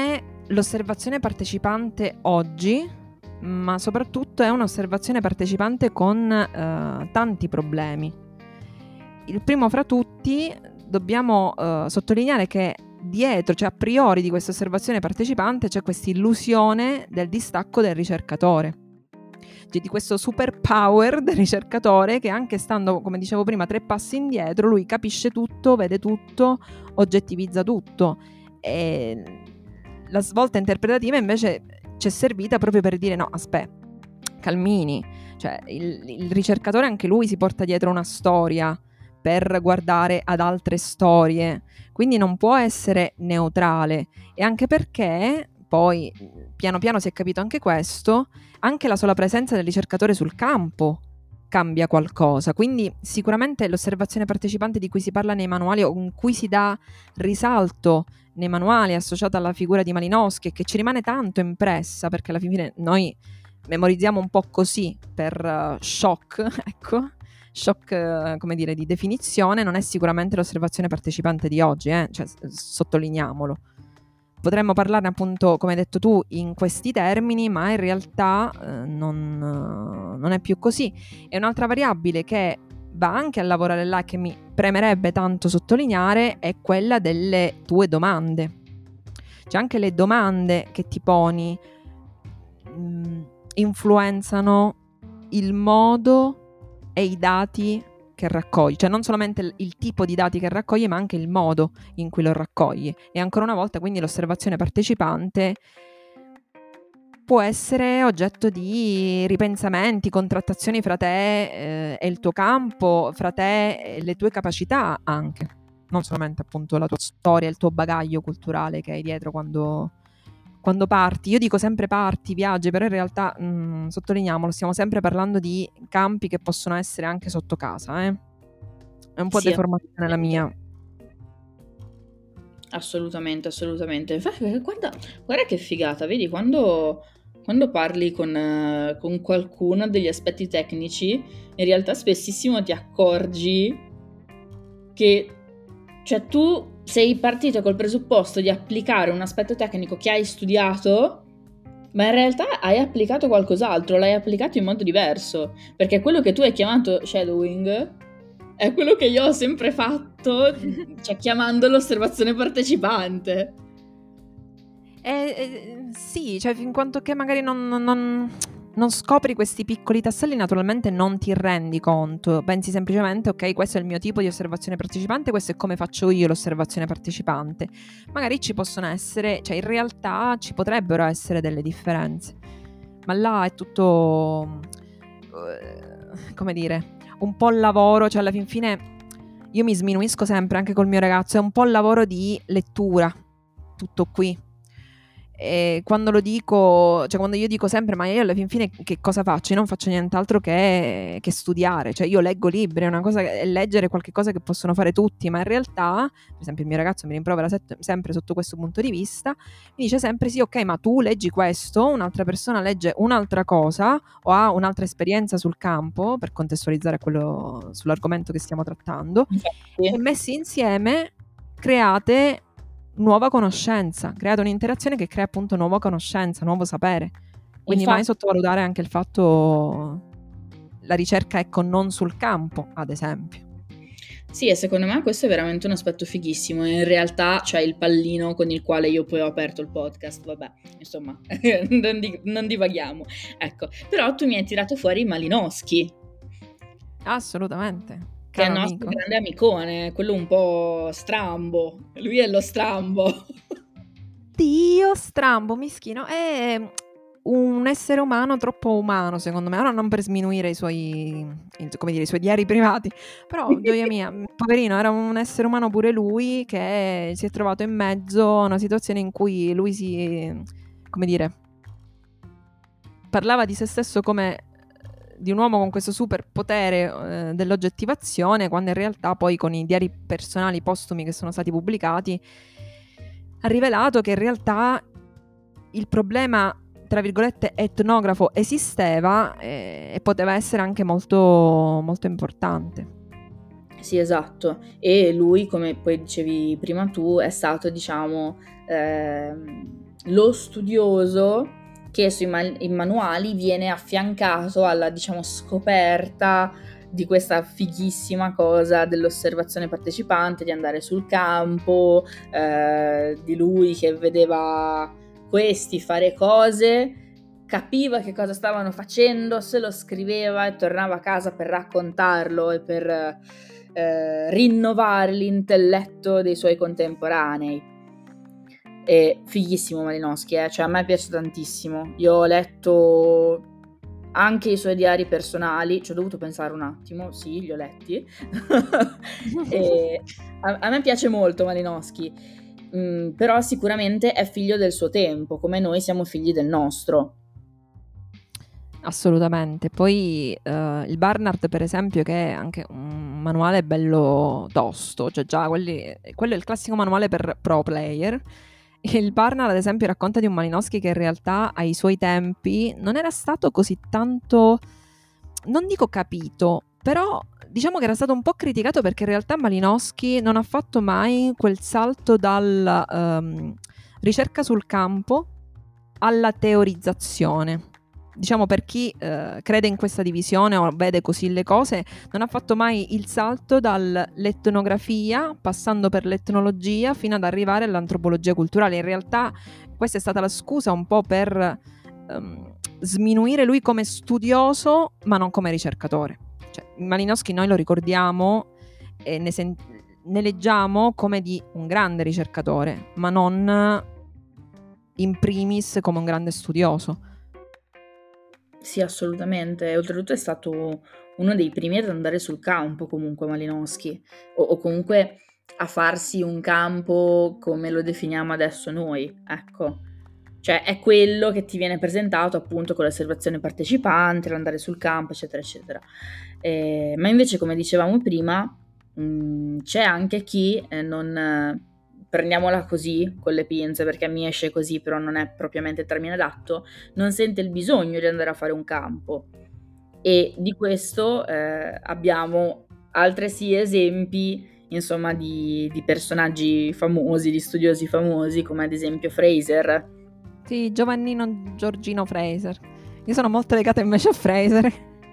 l'osservazione partecipante oggi, ma soprattutto è un'osservazione partecipante con eh, tanti problemi. Il primo fra tutti, dobbiamo eh, sottolineare che dietro, cioè a priori di questa osservazione partecipante, c'è questa illusione del distacco del ricercatore, cioè di questo superpower del ricercatore che, anche stando, come dicevo prima, tre passi indietro, lui capisce tutto, vede tutto, oggettivizza tutto. E la svolta interpretativa invece ci è servita proprio per dire: no, aspetta, calmini, cioè il, il ricercatore anche lui si porta dietro una storia per guardare ad altre storie, quindi non può essere neutrale. E anche perché poi piano piano si è capito anche questo, anche la sola presenza del ricercatore sul campo cambia qualcosa. Quindi sicuramente l'osservazione partecipante di cui si parla nei manuali, o in cui si dà risalto nei manuali, associata alla figura di Malinowski, e che ci rimane tanto impressa, perché alla fine noi memorizziamo un po' così per uh, shock, ecco, shock, uh, come dire, di definizione, non è sicuramente l'osservazione partecipante di oggi, eh? Cioè, sottolineiamolo. Potremmo parlarne, appunto, come hai detto tu, in questi termini, ma in realtà eh, non, uh, non è più così. E un'altra variabile che va anche a lavorare là, che mi premerebbe tanto sottolineare, è quella delle tue domande. Cioè anche le domande che ti poni mh, influenzano il modo e i dati che raccogli, cioè non solamente il, il tipo di dati che raccogli, ma anche il modo in cui lo raccogli. E ancora una volta, quindi, l'osservazione partecipante può essere oggetto di ripensamenti, contrattazioni fra te eh, e il tuo campo, fra te e le tue capacità anche, non solamente appunto la tua storia, il tuo bagaglio culturale che hai dietro quando, quando parti. Io dico sempre parti, viaggi, però in realtà, mh, sottolineiamolo, stiamo sempre parlando di campi che possono essere anche sotto casa, eh? È un po' Sì, deformazione la mia. Assolutamente, assolutamente. Infatti, guarda, guarda che figata, vedi, quando, quando parli con, eh, con qualcuno degli aspetti tecnici, in realtà spessissimo ti accorgi che, cioè, tu sei partito col presupposto di applicare un aspetto tecnico che hai studiato, ma in realtà hai applicato qualcos'altro, l'hai applicato in modo diverso, perché quello che tu hai chiamato shadowing è quello che io ho sempre fatto, cioè chiamando l'osservazione partecipante. Eh, eh, sì, cioè fin quanto che magari non, non, non scopri questi piccoli tasselli, naturalmente non ti rendi conto, pensi semplicemente: ok, questo è il mio tipo di osservazione partecipante, questo è come faccio io l'osservazione partecipante. Magari ci possono essere, cioè in realtà ci potrebbero essere delle differenze, ma là è tutto, eh, come dire, un po' il lavoro, cioè alla fin fine io mi sminuisco sempre anche col mio ragazzo, è un po' il lavoro di lettura, tutto qui. E quando lo dico, cioè quando io dico sempre: ma io alla fin fine che cosa faccio? Io non faccio nient'altro che, che studiare, cioè io leggo libri, è una cosa, è leggere qualche cosa che possono fare tutti, ma in realtà, per esempio, il mio ragazzo mi rimprovera set- sempre sotto questo punto di vista, mi dice sempre: sì, ok, ma tu leggi questo, un'altra persona legge un'altra cosa o ha un'altra esperienza sul campo, per contestualizzare quello sull'argomento che stiamo trattando, Infatti. e messi insieme create nuova conoscenza, create un'interazione che crea appunto nuova conoscenza, nuovo sapere. Quindi Infatti, mai sottovalutare anche il fatto, la ricerca, ecco, non sul campo, ad esempio. sì, e secondo me questo è veramente un aspetto fighissimo. In realtà c'è il pallino con il quale io poi ho aperto il podcast. Vabbè, insomma, non, di- non divaghiamo. Ecco, però tu mi hai tirato fuori Malinowski, Assolutamente, che è il caro nostro amico. grande amicone, quello un po' strambo. Lui è lo strambo. Dio strambo, mischino, è un essere umano troppo umano, secondo me. Ora, non per sminuire i suoi, come dire, i suoi diari privati, però gioia mia, poverino, era un essere umano pure lui, che si è trovato in mezzo a una situazione in cui lui si, come dire, parlava di se stesso come di un uomo con questo superpotere eh, dell'oggettivazione, quando in realtà poi con i diari personali postumi che sono stati pubblicati ha rivelato che in realtà il problema, tra virgolette, etnografo esisteva eh, e poteva essere anche molto, molto importante. Sì, esatto. E lui, come poi dicevi prima tu, è stato, diciamo, ehm, lo studioso che sui man- i manuali viene affiancato alla, diciamo, scoperta di questa fighissima cosa dell'osservazione partecipante, di andare sul campo, eh, di lui che vedeva questi fare cose, capiva che cosa stavano facendo, se lo scriveva e tornava a casa per raccontarlo e per eh, rinnovare l'intelletto dei suoi contemporanei. È fighissimo Malinowski, eh? Cioè a me piace tantissimo. Io ho letto anche i suoi diari personali, ci ho dovuto pensare un attimo, sì, li ho letti. E a, a me piace molto Malinowski, mm, però sicuramente è figlio del suo tempo, come noi siamo figli del nostro. Assolutamente. Poi eh, il Barnard, per esempio, che è anche un manuale bello tosto, cioè già quelli, quello è il classico manuale per pro player. Il Barnard, ad esempio, racconta di un Malinowski che in realtà ai suoi tempi non era stato così tanto, non dico capito, però diciamo che era stato un po' criticato perché in realtà Malinowski non ha fatto mai quel salto dalla um, ricerca sul campo alla teorizzazione. Diciamo, per chi eh, crede in questa divisione o vede così le cose, non ha fatto mai il salto dall'etnografia, passando per l'etnologia, fino ad arrivare all'antropologia culturale. In realtà questa è stata la scusa un po' per um, sminuire lui come studioso, ma non come ricercatore. Cioè, Malinowski noi lo ricordiamo e ne, sen- ne leggiamo come di un grande ricercatore, ma non in primis come un grande studioso. Sì, assolutamente. E oltretutto è stato uno dei primi ad andare sul campo, comunque, Malinowski, o, o comunque a farsi un campo come lo definiamo adesso noi, ecco. Cioè è quello che ti viene presentato appunto con l'osservazione partecipante, l'andare sul campo, eccetera, eccetera. Eh, ma invece, come dicevamo prima, mh, c'è anche chi eh, non... prendiamola così, con le pinze, perché mi esce così, però non è propriamente il termine adatto, non sente il bisogno di andare a fare un campo. E di questo eh, abbiamo altresì esempi, insomma, di, di personaggi famosi, di studiosi famosi, come ad esempio Fraser. Sì, Giovannino Giorgino Fraser. Io sono molto legata invece a Fraser.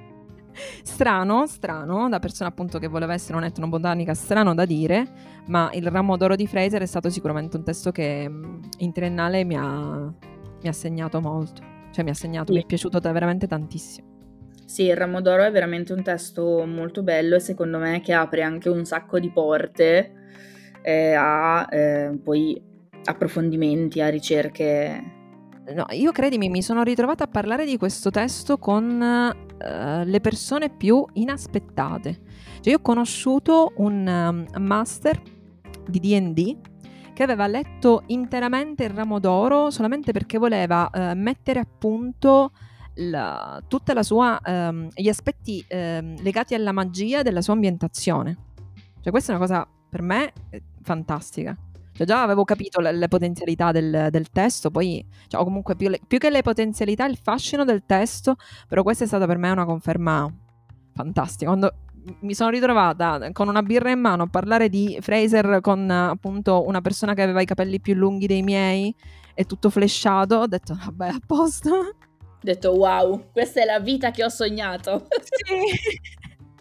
Strano, strano, da persona appunto che voleva essere un'etnobotanica, strano da dire, ma il Ramo d'oro di Fraser è stato sicuramente un testo che in triennale mi ha, mi ha segnato molto. Cioè mi ha segnato, Sì. Mi è piaciuto veramente tantissimo. Sì, il Ramo d'oro è veramente un testo molto bello e secondo me che apre anche un sacco di porte eh, a eh, poi approfondimenti, a ricerche. No, io credimi, mi sono ritrovata a parlare di questo testo con uh, le persone più inaspettate. Cioè io ho conosciuto un um, master di D and D che aveva letto interamente il Ramo d'oro solamente perché voleva uh, mettere a punto la, tutta la sua um, gli aspetti um, legati alla magia della sua ambientazione. Cioè questa è una cosa per me fantastica. Cioè già avevo capito le, le potenzialità del, del testo, poi cioè, o comunque più, le, più che le potenzialità, il fascino del testo, però questa è stata per me una conferma fantastica. Quando mi sono ritrovata con una birra in mano a parlare di Fraser con appunto una persona che aveva i capelli più lunghi dei miei e tutto flesciato, ho detto vabbè, a posto. Ho detto wow, questa è la vita che ho sognato. Sì.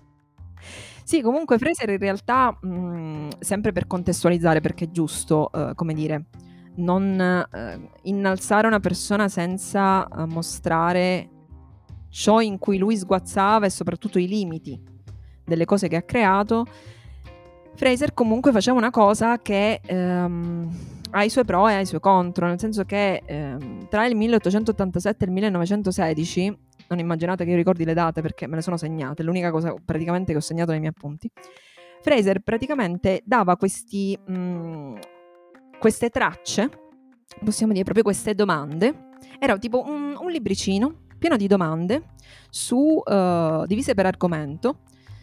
Sì, comunque Fraser in realtà, mh, sempre per contestualizzare, perché è giusto, uh, come dire, non uh, innalzare una persona senza uh, mostrare ciò in cui lui sguazzava e soprattutto i limiti delle cose che ha creato. Fraser comunque faceva una cosa che um, ha i suoi pro e ha i suoi contro, nel senso che um, tra il milleottocentottantasette e il millenovecentosedici, non immaginate che io ricordi le date perché me le sono segnate, è l'unica cosa praticamente che ho segnato nei miei appunti. Fraser praticamente dava questi mh, queste tracce, possiamo dire proprio queste domande, era tipo un, un libricino pieno di domande su uh, divise per argomento,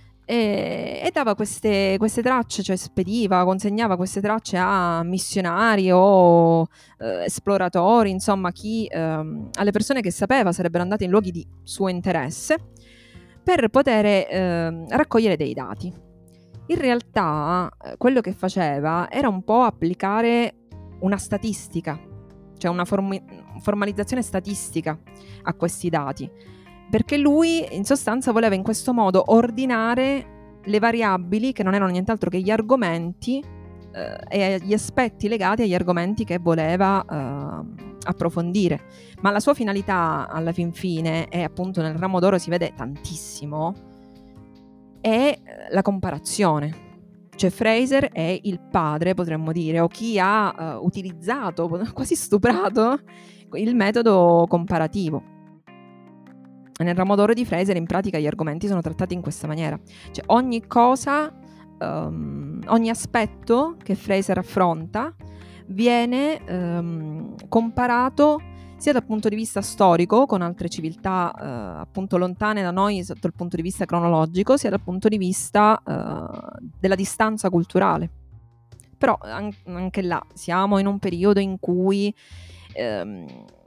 e, e dava queste, queste tracce, cioè spediva, consegnava queste tracce a missionari o eh, esploratori, insomma chi ehm, alle persone che sapeva sarebbero andate in luoghi di suo interesse per poter eh, raccogliere dei dati. In realtà eh, quello che faceva era un po' applicare una statistica, c'è una formi- formalizzazione statistica a questi dati, perché lui in sostanza voleva in questo modo ordinare le variabili che non erano nient'altro che gli argomenti eh, e gli aspetti legati agli argomenti che voleva eh, approfondire. Ma la sua finalità alla fin fine, e appunto nel Ramo d'Oro si vede tantissimo, è la comparazione. Cioè Fraser è il padre, potremmo dire, o chi ha uh, utilizzato, quasi stuprato, il metodo comparativo. Nel Ramo d'Oro di Fraser in pratica gli argomenti sono trattati in questa maniera. Cioè ogni cosa, um, ogni aspetto che Fraser affronta viene um, comparato sia dal punto di vista storico, con altre civiltà eh, appunto lontane da noi sotto il punto di vista cronologico, sia dal punto di vista eh, della distanza culturale. Però an- anche là siamo in un periodo in cui ehm,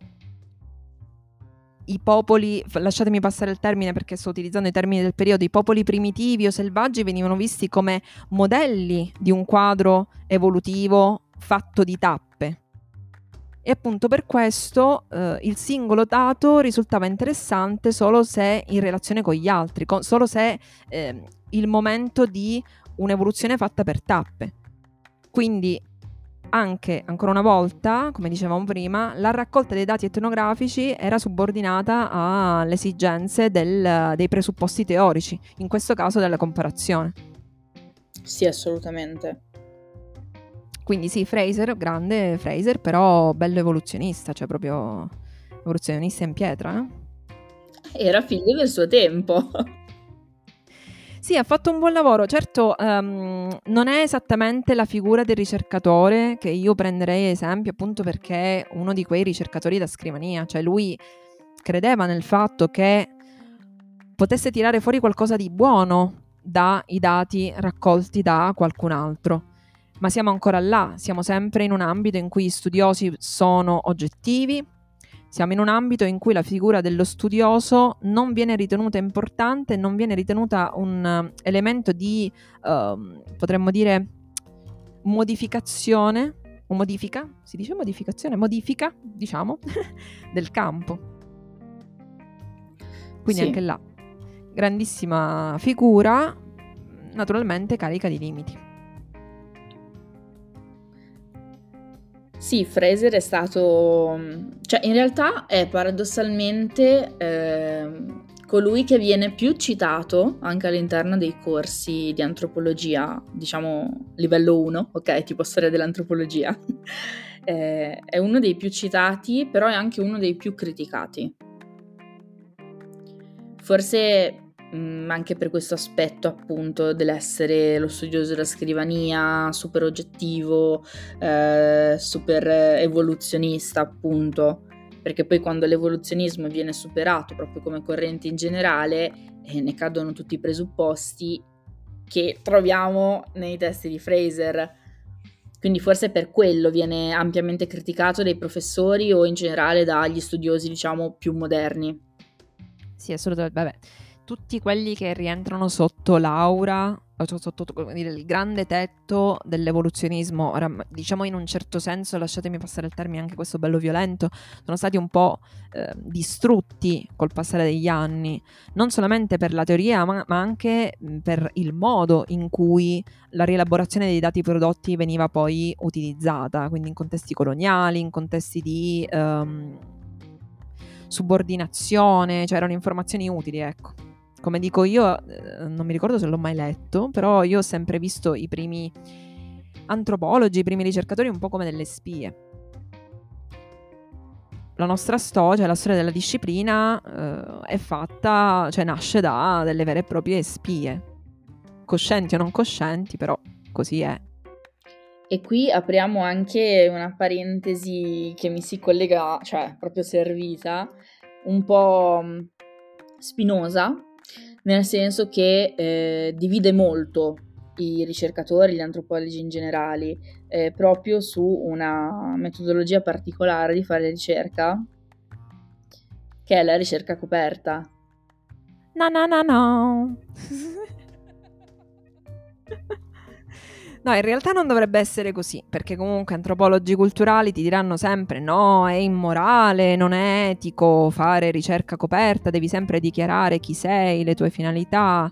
i popoli, lasciatemi passare il termine perché sto utilizzando i termini del periodo, i popoli primitivi o selvaggi venivano visti come modelli di un quadro evolutivo fatto di tappe. E appunto per questo eh, il singolo dato risultava interessante solo se in relazione con gli altri, con, solo se eh, il momento di un'evoluzione fatta per tappe. Quindi anche, ancora una volta, come dicevamo prima, la raccolta dei dati etnografici era subordinata alle esigenze del, dei presupposti teorici, in questo caso della comparazione. Sì, assolutamente. Quindi sì, Fraser, grande Fraser, però bello evoluzionista, cioè proprio evoluzionista in pietra. Eh? Era figlio del suo tempo. Sì, ha fatto un buon lavoro. Certo, um, non è esattamente la figura del ricercatore che io prenderei esempio, appunto perché è uno di quei ricercatori da scrivania. Cioè lui credeva nel fatto che potesse tirare fuori qualcosa di buono dai dati raccolti da qualcun altro. Ma siamo ancora là, siamo sempre in un ambito in cui gli studiosi sono oggettivi, siamo in un ambito in cui la figura dello studioso non viene ritenuta importante, non viene ritenuta un uh, elemento di, uh, potremmo dire, modificazione, o modifica, si dice modificazione, modifica, diciamo, del campo. Quindi sì. anche là, grandissima figura, naturalmente carica di limiti. Sì, Fraser è stato, cioè in realtà è paradossalmente eh, colui che viene più citato anche all'interno dei corsi di antropologia, diciamo livello uno, ok, tipo storia dell'antropologia. eh, è uno dei più citati, però è anche uno dei più criticati. Forse mh, anche per questo aspetto appunto dell'essere lo studioso della scrivania, super oggettivo, eh, super evoluzionista appunto, perché poi quando l'evoluzionismo viene superato proprio come corrente in generale eh, ne cadono tutti i presupposti che troviamo nei testi di Fraser. Quindi forse per quello viene ampiamente criticato dai professori o in generale dagli studiosi diciamo più moderni. Sì, assolutamente. Vabbè, tutti quelli che rientrano sotto l'aura, sotto come dire, il grande tetto dell'evoluzionismo, ora, diciamo in un certo senso, lasciatemi passare il termine anche questo bello violento, sono stati un po' eh, distrutti col passare degli anni, non solamente per la teoria, ma, ma anche per il modo in cui la rielaborazione dei dati prodotti veniva poi utilizzata, quindi in contesti coloniali, in contesti di Um, subordinazione, cioè erano informazioni utili, ecco. Come dico io, eh, non mi ricordo se l'ho mai letto, però io ho sempre visto i primi antropologi, i primi ricercatori un po' come delle spie. La nostra storia, la storia della disciplina eh, è fatta, cioè nasce da delle vere e proprie spie, coscienti o non coscienti, però così è. E qui apriamo anche una parentesi che mi si collega, cioè proprio servita, un po' spinosa, nel senso che eh, divide molto i ricercatori, gli antropologi in generale, eh, proprio su una metodologia particolare di fare ricerca, che è la ricerca coperta. No, no, no, no. No, in realtà non dovrebbe essere così, perché comunque antropologi culturali ti diranno sempre no, è immorale, non è etico fare ricerca coperta, devi sempre dichiarare chi sei, le tue finalità.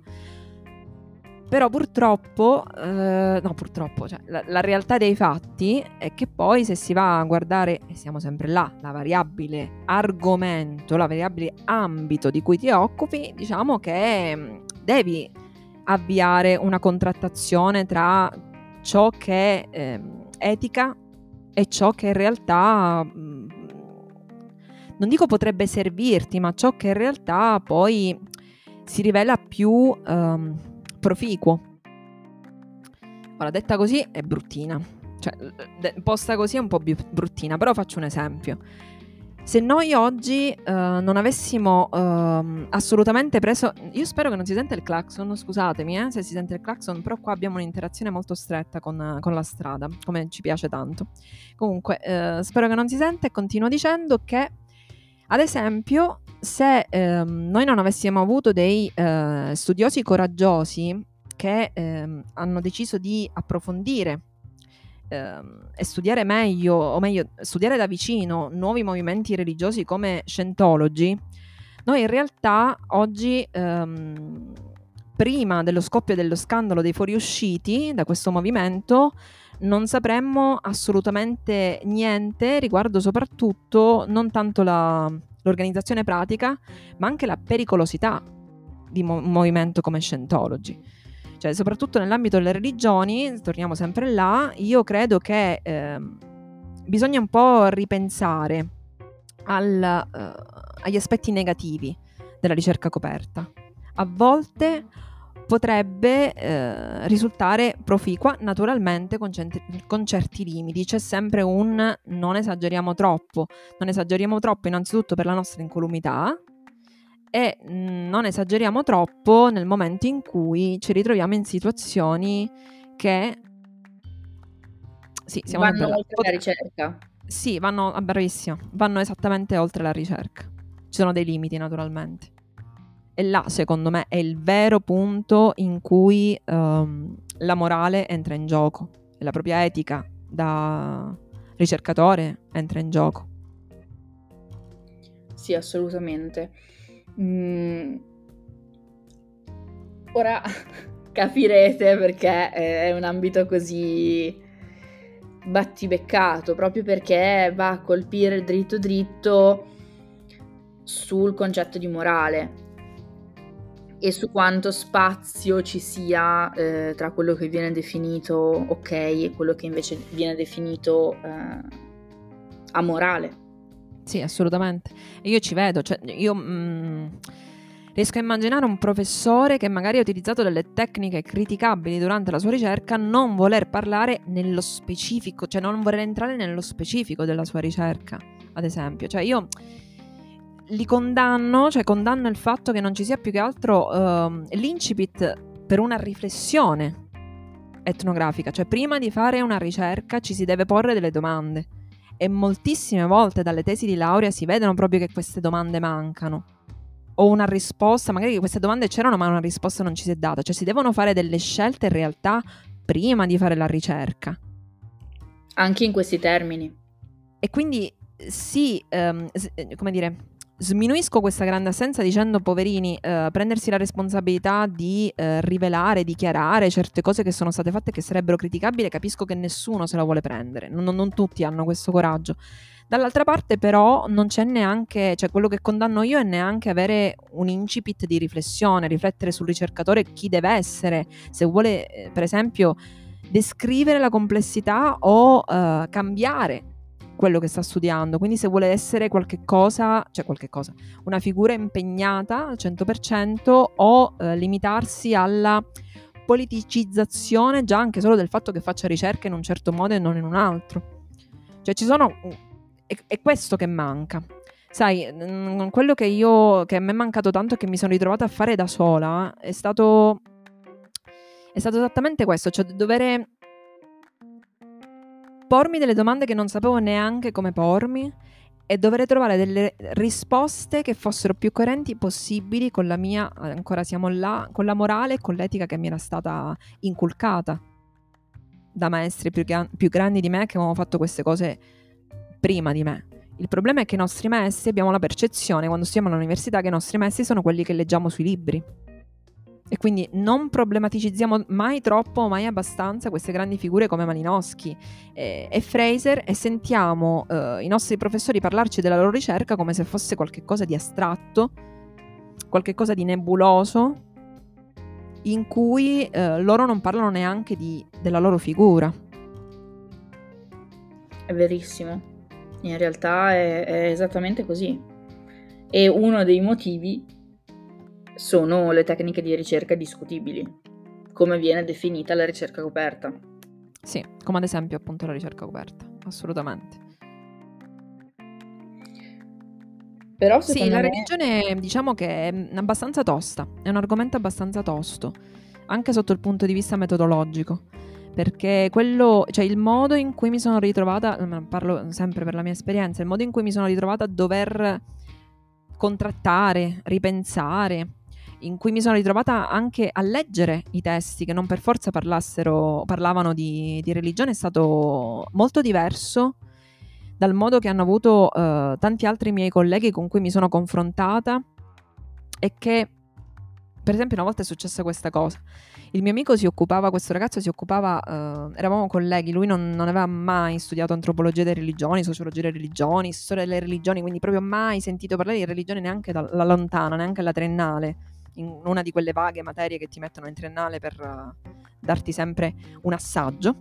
Però purtroppo, eh, no purtroppo, cioè, la, la realtà dei fatti è che poi se si va a guardare, e siamo sempre là, la variabile argomento, la variabile ambito di cui ti occupi, diciamo che mh, devi avviare una contrattazione tra ciò che è ehm, etica e ciò che in realtà, mh, non dico potrebbe servirti, ma ciò che in realtà poi si rivela più ehm, proficuo. Ora, detta così è bruttina, cioè de- posta così è un po' più bruttina, però faccio un esempio. Se noi oggi uh, non avessimo uh, assolutamente preso... Io spero che non si senta il clacson, scusatemi eh, se si sente il clacson, però qua abbiamo un'interazione molto stretta con, con la strada, come ci piace tanto. Comunque, uh, spero che non si senta e continuo dicendo che, ad esempio, se uh, noi non avessimo avuto dei uh, studiosi coraggiosi che uh, hanno deciso di approfondire e studiare meglio, o meglio, studiare da vicino nuovi movimenti religiosi come Scientology, noi in realtà oggi, ehm, prima dello scoppio dello scandalo dei fuoriusciti da questo movimento, non sapremmo assolutamente niente riguardo soprattutto non tanto la, l'organizzazione pratica, ma anche la pericolosità di mo- un movimento come Scientology. Cioè, soprattutto nell'ambito delle religioni, torniamo sempre là, io credo che eh, bisogna un po' ripensare al, uh, agli aspetti negativi della ricerca coperta. A volte potrebbe eh, risultare proficua, naturalmente con, cent- con certi limiti. C'è sempre un non esageriamo troppo. Non esageriamo troppo innanzitutto per la nostra incolumità, e non esageriamo troppo nel momento in cui ci ritroviamo in situazioni che sì, siamo vanno là. oltre la ricerca. Sì, vanno, ah, bravissimo, vanno esattamente oltre la ricerca. Ci sono dei limiti, naturalmente. E là, secondo me, è il vero punto in cui um, la morale entra in gioco e la propria etica da ricercatore entra in gioco. Sì, assolutamente. Mm. Ora capirete perché è un ambito così battibeccato, proprio perché va a colpire dritto dritto sul concetto di morale e su quanto spazio ci sia eh, tra quello che viene definito ok e quello che invece viene definito eh, amorale. Sì, assolutamente. E io ci vedo, cioè io mh, riesco a immaginare un professore che magari ha utilizzato delle tecniche criticabili durante la sua ricerca, non voler parlare nello specifico, cioè non voler entrare nello specifico della sua ricerca, ad esempio. Cioè io li condanno, cioè condanno il fatto che non ci sia più che altro uh, l'incipit per una riflessione etnografica, cioè prima di fare una ricerca ci si deve porre delle domande. E moltissime volte dalle tesi di laurea si vedono proprio che queste domande mancano, o una risposta, magari queste domande c'erano ma una risposta non ci si è data, cioè si devono fare delle scelte in realtà prima di fare la ricerca. Anche in questi termini. E quindi sì, um, come dire, sminuisco questa grande assenza dicendo poverini, uh, prendersi la responsabilità di uh, rivelare, dichiarare certe cose che sono state fatte e che sarebbero criticabili, capisco che nessuno se la vuole prendere, non, non tutti hanno questo coraggio. Dall'altra parte però non c'è neanche, cioè quello che condanno io è neanche avere un incipit di riflessione, riflettere sul ricercatore chi deve essere, se vuole eh, per esempio descrivere la complessità o uh, cambiare quello che sta studiando, quindi se vuole essere qualche cosa, cioè qualche cosa, una figura impegnata al cento per cento o eh, limitarsi alla politicizzazione già anche solo del fatto che faccia ricerche in un certo modo e non in un altro. Cioè ci sono, è, è questo che manca. Sai, mh, quello che io, che a me è mancato tanto e che mi sono ritrovata a fare da sola è stato, è stato esattamente questo, cioè dover pormi delle domande che non sapevo neanche come pormi e dovrei trovare delle risposte che fossero più coerenti possibili con la mia, ancora siamo là, con la morale e con l'etica che mi era stata inculcata. da maestri più, gra- più grandi di me che avevano fatto queste cose prima di me. Il problema è che i nostri maestri, abbiamo la percezione quando stiamo all'università che i nostri maestri sono quelli che leggiamo sui libri. E quindi non problematicizziamo mai troppo, mai abbastanza queste grandi figure come Malinowski e, e Fraser, e sentiamo eh, i nostri professori parlarci della loro ricerca come se fosse qualcosa di astratto, qualcosa di nebuloso, in cui eh, loro non parlano neanche di, della loro figura. È verissimo, in realtà è, è esattamente così. E uno dei motivi sono le tecniche di ricerca discutibili, come viene definita la ricerca coperta. Sì, come ad esempio appunto la ricerca coperta, assolutamente. Però sì, la me... religione diciamo che è abbastanza tosta, è un argomento abbastanza tosto, anche sotto il punto di vista metodologico, perché quello, cioè il modo in cui mi sono ritrovata, parlo sempre per la mia esperienza, il modo in cui mi sono ritrovata a dover contrattare, ripensare, in cui mi sono ritrovata anche a leggere i testi che non per forza parlassero, parlavano di, di religione, è stato molto diverso dal modo che hanno avuto uh, tanti altri miei colleghi con cui mi sono confrontata, e che, per esempio, una volta è successa questa cosa. Il mio amico si occupava, questo ragazzo si occupava, uh, eravamo colleghi, lui non, non aveva mai studiato antropologia delle religioni, sociologia delle religioni, storia delle religioni, quindi proprio mai sentito parlare di religione neanche dalla lontana, neanche alla triennale, in una di quelle vaghe materie che ti mettono in triennale per uh, darti sempre un assaggio.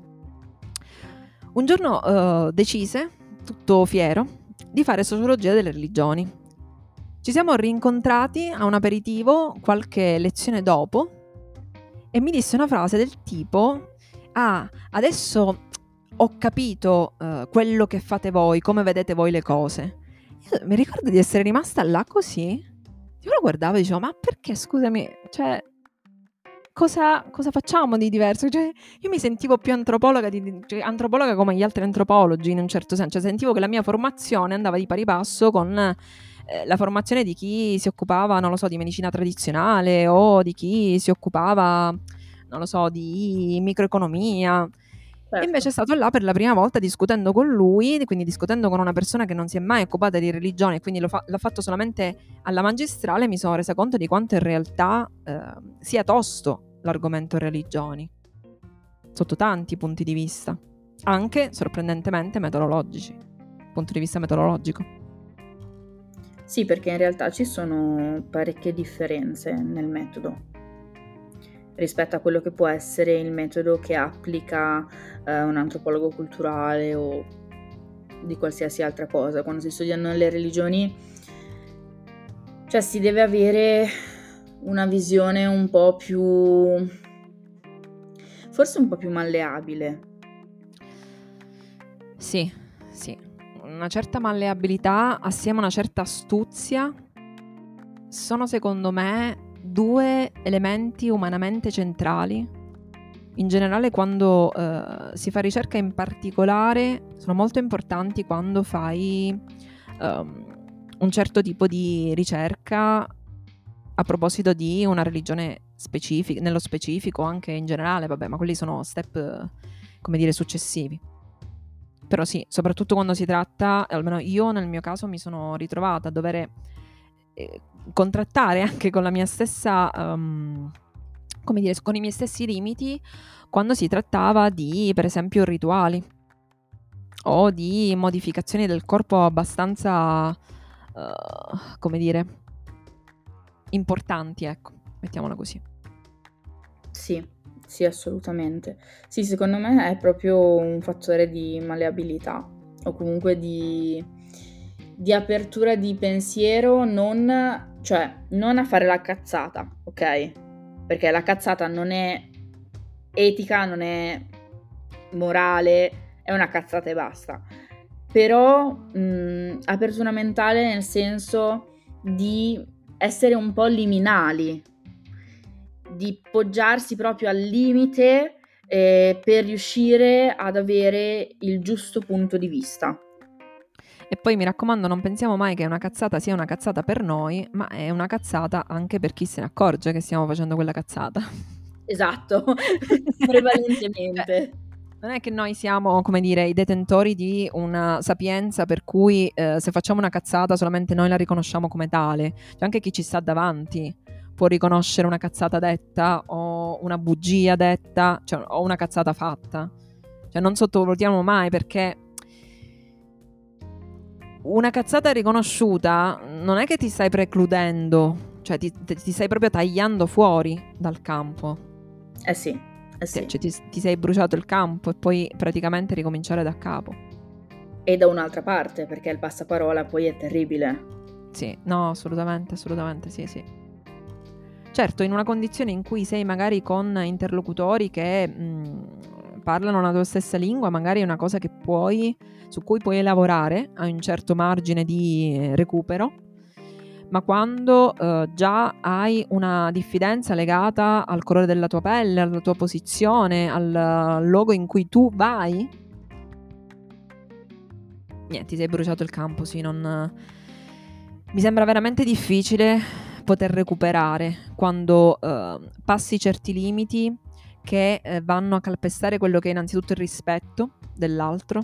Un giorno uh, decise, tutto fiero, di fare sociologia delle religioni. Ci siamo rincontrati a un aperitivo qualche lezione dopo e mi disse una frase del tipo: ah, adesso ho capito uh, quello che fate voi, come vedete voi le cose. Io mi ricordo di essere rimasta là così. Io lo guardavo e dicevo: ma perché, scusami, cioè, cosa, cosa facciamo di diverso? Cioè, io mi sentivo più antropologa, di, cioè, antropologa come gli altri antropologi, in un certo senso. Cioè, sentivo che la mia formazione andava di pari passo con eh, la formazione di chi si occupava, non lo so, di medicina tradizionale, o di chi si occupava, non lo so, di microeconomia. Certo. E invece è stato là per la prima volta discutendo con lui, quindi discutendo con una persona che non si è mai occupata di religione, quindi lo fa- l'ha fatto solamente alla magistrale, mi sono resa conto di quanto in realtà eh, sia tosto l'argomento religioni, sotto tanti punti di vista, anche sorprendentemente metodologici, punto di vista metodologico. Sì, perché in realtà ci sono parecchie differenze nel metodo rispetto a quello che può essere il metodo che applica eh, un antropologo culturale o di qualsiasi altra cosa. Quando si studiano le religioni, cioè si deve avere una visione un po' più, forse un po' più malleabile. Sì, sì, una certa malleabilità assieme a una certa astuzia sono, secondo me, due elementi umanamente centrali. In generale, quando uh, si fa ricerca, in particolare sono molto importanti quando fai um, un certo tipo di ricerca a proposito di una religione specifica, nello specifico, anche in generale, vabbè, ma quelli sono step, come dire, successivi. Però sì, soprattutto quando si tratta, almeno io nel mio caso mi sono ritrovata a dover eh, contrattare anche con la mia stessa, um, come dire, con i miei stessi limiti, quando si trattava di, per esempio, rituali o di modificazioni del corpo abbastanza, uh, come dire, importanti, ecco, mettiamola così. Sì, sì, assolutamente. Sì, secondo me è proprio un fattore di malleabilità o comunque di, di apertura di pensiero, non, cioè, non a fare la cazzata, ok? Perché la cazzata non è etica, non è morale, è una cazzata e basta. Però mh, apertura mentale nel senso di essere un po' liminali, di poggiarsi proprio al limite eh, per riuscire ad avere il giusto punto di vista. E poi mi raccomando, non pensiamo mai che una cazzata sia una cazzata per noi, ma è una cazzata anche per chi se ne accorge che stiamo facendo quella cazzata. Esatto, prevalentemente. Non è che noi siamo, come dire, i detentori di una sapienza per cui eh, se facciamo una cazzata solamente noi la riconosciamo come tale. Cioè anche chi ci sta davanti può riconoscere una cazzata detta o una bugia detta, cioè, o una cazzata fatta. Cioè non sottovalutiamo mai, perché una cazzata riconosciuta non è che ti stai precludendo, cioè ti, ti stai proprio tagliando fuori dal campo. Eh sì. Eh sì. Cioè, ti, ti sei bruciato il campo e poi praticamente ricominciare da capo. E da un'altra parte, perché il passaparola poi è terribile. Sì, no, assolutamente, assolutamente, sì, sì. Certo, in una condizione in cui sei magari con interlocutori che mh, parlano la tua stessa lingua, magari è una cosa che puoi, su cui puoi lavorare a un certo margine di recupero. Ma quando uh, già hai una diffidenza legata al colore della tua pelle, alla tua posizione, al, al luogo in cui tu vai, niente, ti sei bruciato il campo, sì, non... Mi sembra veramente difficile poter recuperare quando uh, passi certi limiti che uh, vanno a calpestare quello che è innanzitutto il rispetto dell'altro,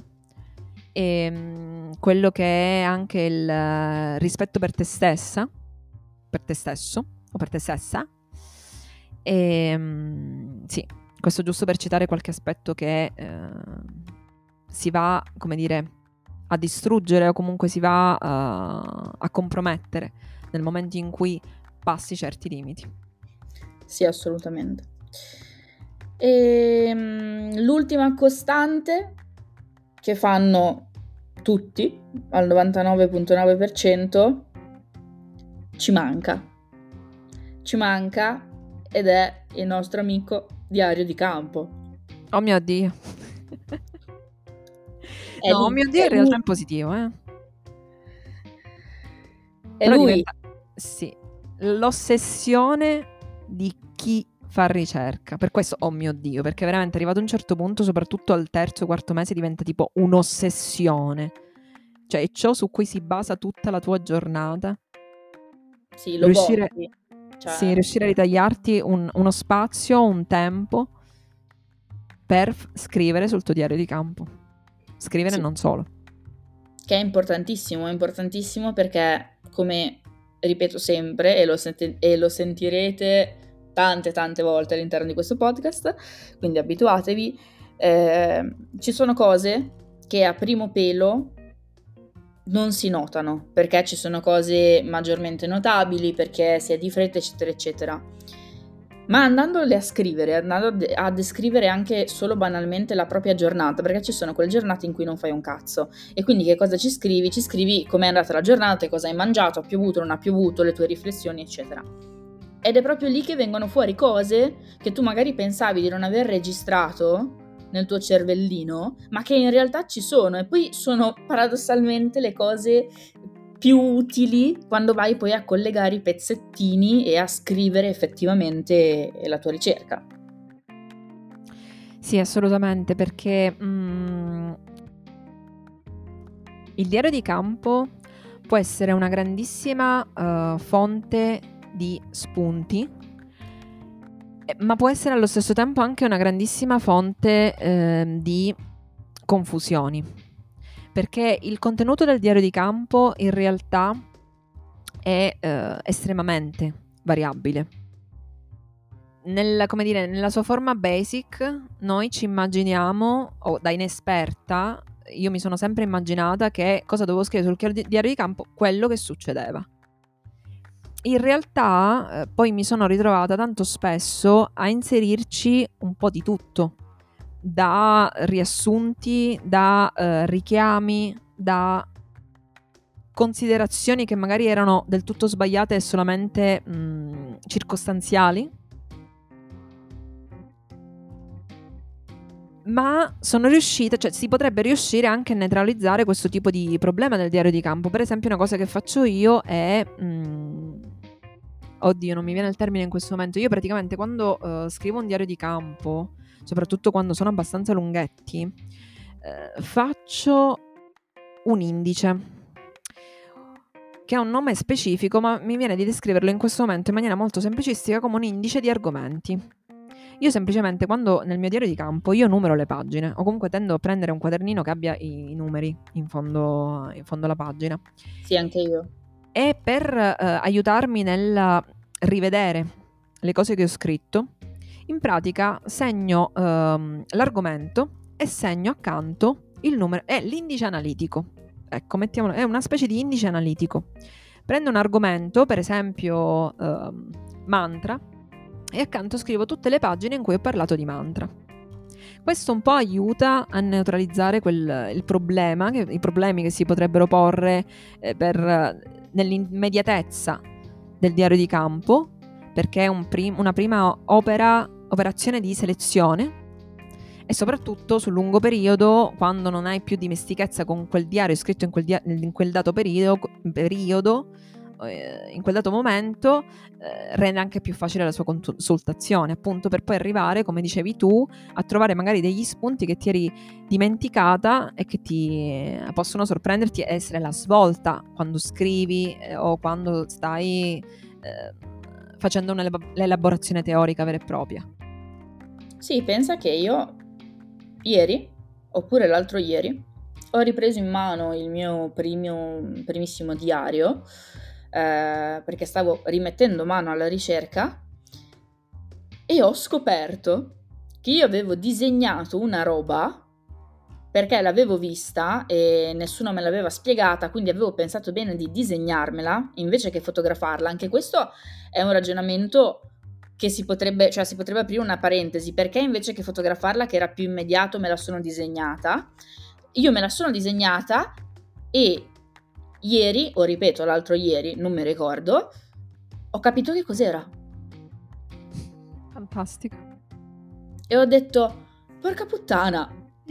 e quello che è anche il uh, rispetto per te stessa, per te stesso o per te stessa. E um, sì, questo giusto per citare qualche aspetto che uh, si va, come dire, a distruggere o comunque si va uh, a compromettere nel momento in cui passi certi limiti. Sì, assolutamente. E um, l'ultima costante che fanno tutti al novantanove virgola nove per cento, ci manca. Ci manca ed è il nostro amico diario di campo. Oh mio Dio. È no, lui, oh mio Dio, in realtà lui. È positivo, eh. È Però lui. Diventa, sì, l'ossessione di chi fa ricerca. Per questo, oh mio Dio, perché veramente arrivato a un certo punto, soprattutto al terzo, quarto mese, diventa tipo un'ossessione. Cioè è ciò su cui si basa tutta la tua giornata. Sì, lo riuscire, botti. Cioè... sì, riuscire a ritagliarti un, uno spazio, un tempo per f- scrivere sul tuo diario di campo. Scrivere sì. non solo. Che è importantissimo, è importantissimo perché, come ripeto sempre, e lo, senti- e lo sentirete tante tante volte all'interno di questo podcast, quindi abituatevi, eh, ci sono cose che a primo pelo non si notano, perché ci sono cose maggiormente notabili, perché si è di fretta, eccetera, eccetera. Ma andandole a scrivere, andando a descrivere anche solo banalmente la propria giornata, perché ci sono quelle giornate in cui non fai un cazzo, e quindi che cosa ci scrivi? Ci scrivi com'è andata la giornata, cosa hai mangiato, ha piovuto, non ha piovuto, le tue riflessioni, eccetera. Ed è proprio lì che vengono fuori cose che tu magari pensavi di non aver registrato nel tuo cervellino, ma che in realtà ci sono, e poi sono paradossalmente le cose più utili quando vai poi a collegare i pezzettini e a scrivere effettivamente la tua ricerca. Sì, assolutamente, perché mm, il diario di campo può essere una grandissima uh, fonte di spunti, ma può essere allo stesso tempo anche una grandissima fonte eh, di confusioni, perché il contenuto del diario di campo in realtà è eh, estremamente variabile. Nel, come dire, nella sua forma basic noi ci immaginiamo, o da inesperta, io mi sono sempre immaginata che cosa dovevo scrivere sul diario di campo? Quello che succedeva. In realtà eh, poi mi sono ritrovata tanto spesso a inserirci un po' di tutto, da riassunti, da eh, richiami, da considerazioni che magari erano del tutto sbagliate e solamente mh, circostanziali, ma sono riuscita, cioè si potrebbe riuscire anche a neutralizzare questo tipo di problema del diario di campo. Per esempio una cosa che faccio io è... Mh, oddio, non mi viene il termine in questo momento. Io praticamente quando uh, scrivo un diario di campo, soprattutto quando sono abbastanza lunghetti, eh, faccio un indice, che ha un nome specifico, ma mi viene di descriverlo in questo momento in maniera molto semplicistica come un indice di argomenti. Io semplicemente quando nel mio diario di campo io numero le pagine, o comunque tendo a prendere un quadernino che abbia i, i numeri in fondo, in fondo alla pagina. Sì, anche io. E per eh, aiutarmi nel rivedere le cose che ho scritto, in pratica segno ehm, l'argomento e segno accanto il numero, è l'indice analitico. Ecco, mettiamolo, è una specie di indice analitico. Prendo un argomento, per esempio ehm, mantra, e accanto scrivo tutte le pagine in cui ho parlato di mantra. Questo un po' aiuta a neutralizzare quel, il problema, che, i problemi che si potrebbero porre eh, per, nell'immediatezza del diario di campo, perché è un prim- una prima opera, operazione di selezione, e soprattutto sul lungo periodo, quando non hai più dimestichezza con quel diario scritto in quel, dia- in quel dato periodo, periodo eh, in quel dato momento, eh, rende anche più facile la sua consultazione, appunto, per poi arrivare, come dicevi tu, a trovare magari degli spunti che ti eri dimenticata e che ti eh, possono sorprenderti e essere la svolta quando scrivi eh, o quando stai eh, facendo un'elaborazione teorica vera e propria. Sì, pensa che io ieri, oppure l'altro ieri, ho ripreso in mano il mio primo, primissimo diario, eh, perché stavo rimettendo mano alla ricerca, e ho scoperto che io avevo disegnato una roba perché l'avevo vista e nessuno me l'aveva spiegata, quindi avevo pensato bene di disegnarmela invece che fotografarla. Anche questo è un ragionamento che si potrebbe, cioè si potrebbe aprire una parentesi, perché invece che fotografarla, che era più immediato, me la sono disegnata. Io me la sono disegnata e ieri, o ripeto l'altro ieri, non mi ricordo, ho capito che cos'era. Fantastico. E ho detto, porca puttana.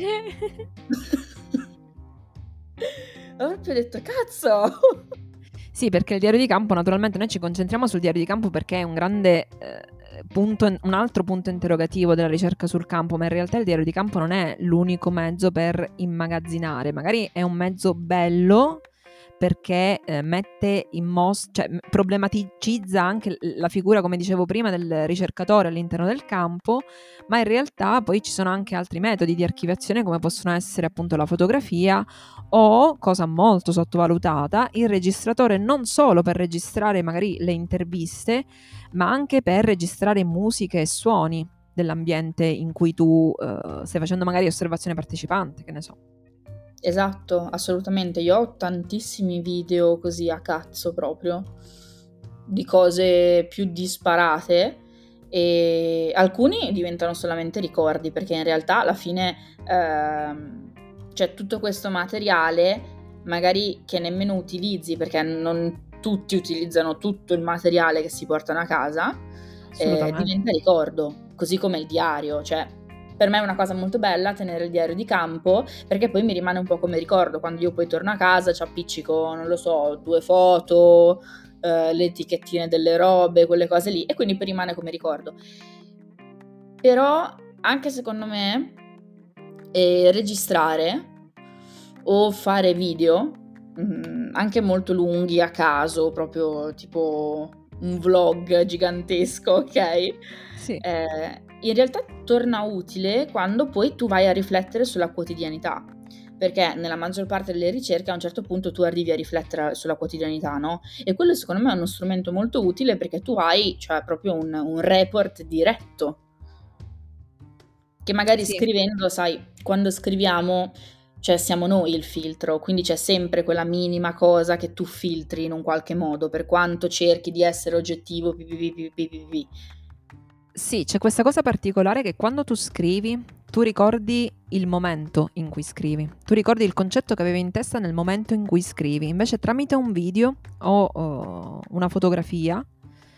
Ho proprio detto, cazzo. Sì, perché il diario di campo, naturalmente noi ci concentriamo sul diario di campo perché è un grande eh, punto, un altro punto interrogativo della ricerca sul campo, ma in realtà il diario di campo non è l'unico mezzo per immagazzinare, magari è un mezzo bello perché eh, mette in mostra, cioè problematicizza anche la figura, come dicevo prima, del ricercatore all'interno del campo, ma in realtà poi ci sono anche altri metodi di archiviazione come possono essere appunto la fotografia o, cosa molto sottovalutata, il registratore non solo per registrare magari le interviste, ma anche per registrare musiche e suoni dell'ambiente in cui tu uh, stai facendo magari osservazione partecipante, che ne so. Esatto, assolutamente. Io ho tantissimi video così a cazzo proprio, di cose più disparate, e alcuni diventano solamente ricordi, perché in realtà alla fine ehm, c'è tutto questo materiale magari che nemmeno utilizzi, perché non tutti utilizzano tutto il materiale che si portano a casa, eh, diventa ricordo, così come il diario, cioè per me è una cosa molto bella tenere il diario di campo, perché poi mi rimane un po' come ricordo, quando io poi torno a casa ci appiccico, non lo so, due foto, eh, le etichettine delle robe, quelle cose lì, e quindi poi rimane come ricordo. Però anche secondo me eh, registrare o fare video, mh, anche molto lunghi a caso, proprio tipo un vlog gigantesco, ok? Sì. Eh, in realtà torna utile quando poi tu vai a riflettere sulla quotidianità, perché nella maggior parte delle ricerche a un certo punto tu arrivi a riflettere sulla quotidianità, no? E quello secondo me è uno strumento molto utile, perché tu hai, cioè, proprio un, un report diretto, che magari Sì. scrivendo, sai, quando scriviamo, cioè siamo noi il filtro, quindi c'è sempre quella minima cosa che tu filtri in un qualche modo, per quanto cerchi di essere oggettivo, pipipipipipipip. Sì, c'è questa cosa particolare che quando tu scrivi, tu ricordi il momento in cui scrivi, tu ricordi il concetto che avevi in testa nel momento in cui scrivi, invece tramite un video o, o una fotografia,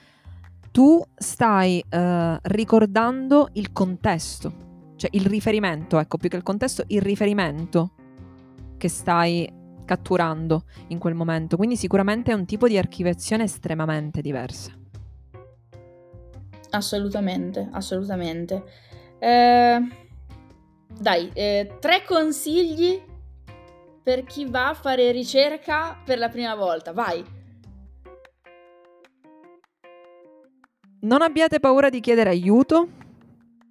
tu stai eh, ricordando il contesto, cioè il riferimento, ecco, più che il contesto, il riferimento che stai catturando in quel momento, quindi sicuramente è un tipo di archiviazione estremamente diversa. Assolutamente, assolutamente. Eh, dai, eh, tre consigli per chi va a fare ricerca per la prima volta, vai! Non abbiate paura di chiedere aiuto,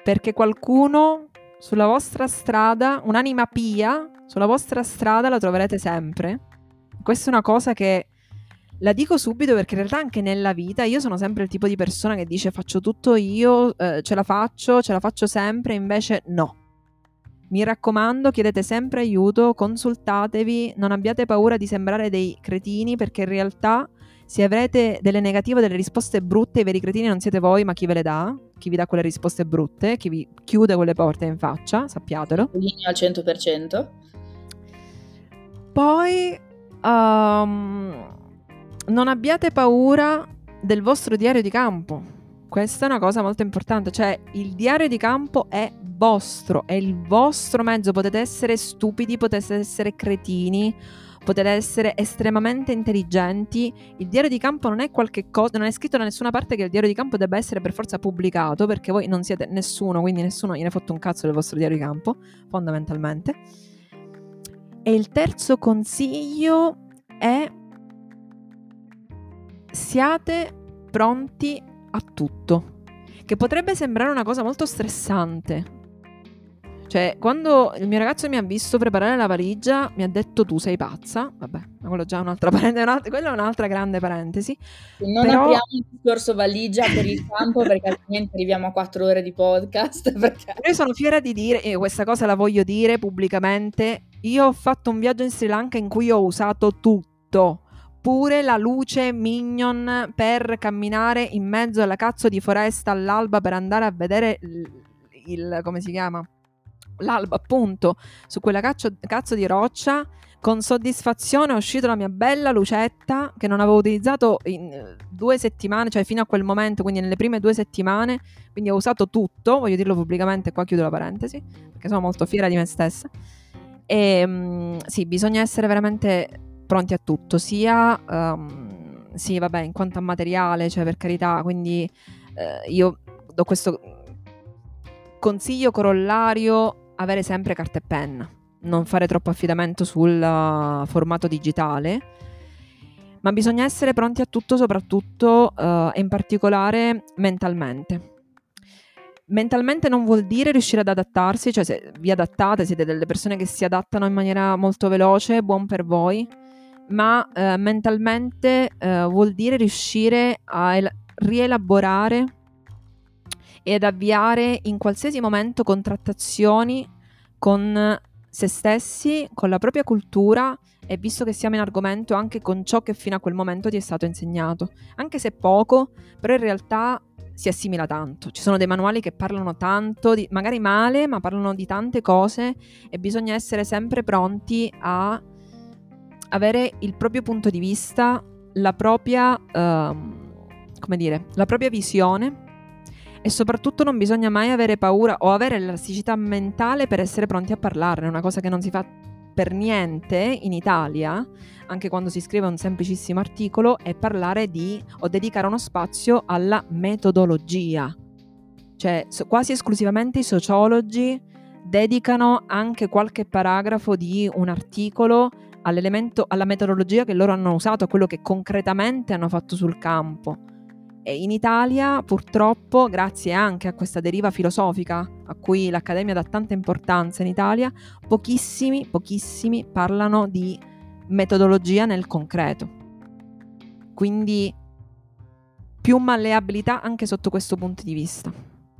perché qualcuno sulla vostra strada, un'anima pia, sulla vostra strada la troverete sempre. Questa è una cosa che la dico subito, perché in realtà anche nella vita io sono sempre il tipo di persona che dice faccio tutto io, eh, ce la faccio, ce la faccio sempre, invece no. Mi raccomando, chiedete sempre aiuto, consultatevi, non abbiate paura di sembrare dei cretini, perché in realtà se avrete delle negative, delle risposte brutte, i veri cretini non siete voi, ma chi ve le dà, chi vi dà quelle risposte brutte, chi vi chiude quelle porte in faccia, sappiatelo. Al cento per cento. Poi um, non abbiate paura del vostro diario di campo. Questa è una cosa molto importante, cioè il diario di campo è vostro, è il vostro mezzo. Potete essere stupidi, potete essere cretini, potete essere estremamente intelligenti. Il diario di campo non è qualche cosa, non è scritto da nessuna parte che il diario di campo debba essere per forza pubblicato, perché voi non siete nessuno, quindi nessuno gliene fotte un cazzo del vostro diario di campo, fondamentalmente. E il terzo consiglio è: siate pronti a tutto, che potrebbe sembrare una cosa molto stressante. Cioè, quando il mio ragazzo mi ha visto preparare la valigia, mi ha detto tu sei pazza. Vabbè, ma quello già è un'altra parentesi, un'altra, quella è un'altra grande parentesi. Non Però... apriamo il discorso valigia per il campo, perché altrimenti arriviamo a quattro ore di podcast. Perché... Io sono fiera di dire, e questa cosa la voglio dire pubblicamente, io ho fatto un viaggio in Sri Lanka in cui ho usato tutto. Pure la luce Minion per camminare in mezzo alla cazzo di foresta all'alba per andare a vedere il, il come si chiama? L'alba, appunto, su quella cazzo, cazzo di roccia. Con soddisfazione ho uscito la mia bella lucetta che non avevo utilizzato in due settimane, cioè fino a quel momento, quindi nelle prime due settimane, quindi ho usato tutto, voglio dirlo pubblicamente, qua chiudo la parentesi, perché sono molto fiera di me stessa. E um, sì, bisogna essere veramente pronti a tutto, sia um, sì, vabbè, in quanto a materiale, cioè per carità, quindi eh, io do questo consiglio corollario: avere sempre carta e penna, non fare troppo affidamento sul uh, formato digitale, ma bisogna essere pronti a tutto, soprattutto uh, e in particolare mentalmente. Mentalmente non vuol dire riuscire ad adattarsi, cioè se vi adattate, siete delle persone che si adattano in maniera molto veloce, buon per voi, ma uh, mentalmente uh, vuol dire riuscire a el- rielaborare e ad avviare in qualsiasi momento contrattazioni con se stessi, con la propria cultura, e visto che siamo in argomento, anche con ciò che fino a quel momento ti è stato insegnato, anche se poco, però in realtà si assimila tanto. Ci sono dei manuali che parlano tanto, di, magari male, ma parlano di tante cose, e bisogna essere sempre pronti a avere il proprio punto di vista, la propria, uh, come dire, la propria visione. E soprattutto non bisogna mai avere paura o avere l'elasticità mentale per essere pronti a parlarne. È una cosa che non si fa per niente in Italia, anche quando si scrive un semplicissimo articolo, è parlare di o dedicare uno spazio alla metodologia. Cioè, so, quasi esclusivamente i sociologi dedicano anche qualche paragrafo di un articolo all'elemento, alla metodologia che loro hanno usato, a quello che concretamente hanno fatto sul campo. E in Italia, purtroppo, grazie anche a questa deriva filosofica a cui l'Accademia dà tanta importanza in Italia, pochissimi, pochissimi parlano di metodologia nel concreto. Quindi più malleabilità anche sotto questo punto di vista.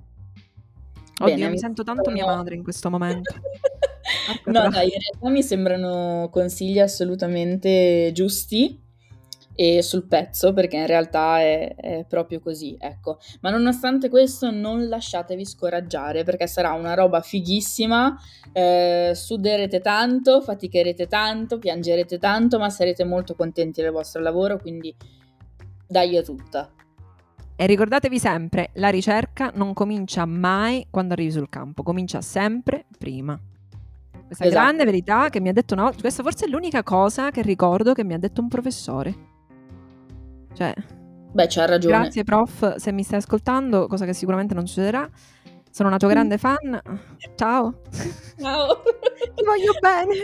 Oddio, Bene, mi sento tanto mia madre in questo momento. No, dai, in realtà mi sembrano consigli assolutamente giusti e sul pezzo, perché in realtà è, è proprio così, ecco. Ma nonostante questo non lasciatevi scoraggiare, perché sarà una roba fighissima, eh, suderete tanto, faticherete tanto, piangerete tanto, ma sarete molto contenti del vostro lavoro, quindi dai a tutta. E ricordatevi sempre, la ricerca non comincia mai quando arrivi sul campo, comincia sempre prima. Questa esatto. grande verità che mi ha detto una volta, questa forse è l'unica cosa che ricordo che mi ha detto un professore. Cioè, beh, c'ha ragione. Grazie prof, se mi stai ascoltando, cosa che sicuramente non succederà. Sono una tua grande fan. Ciao. Ciao. Ti voglio bene.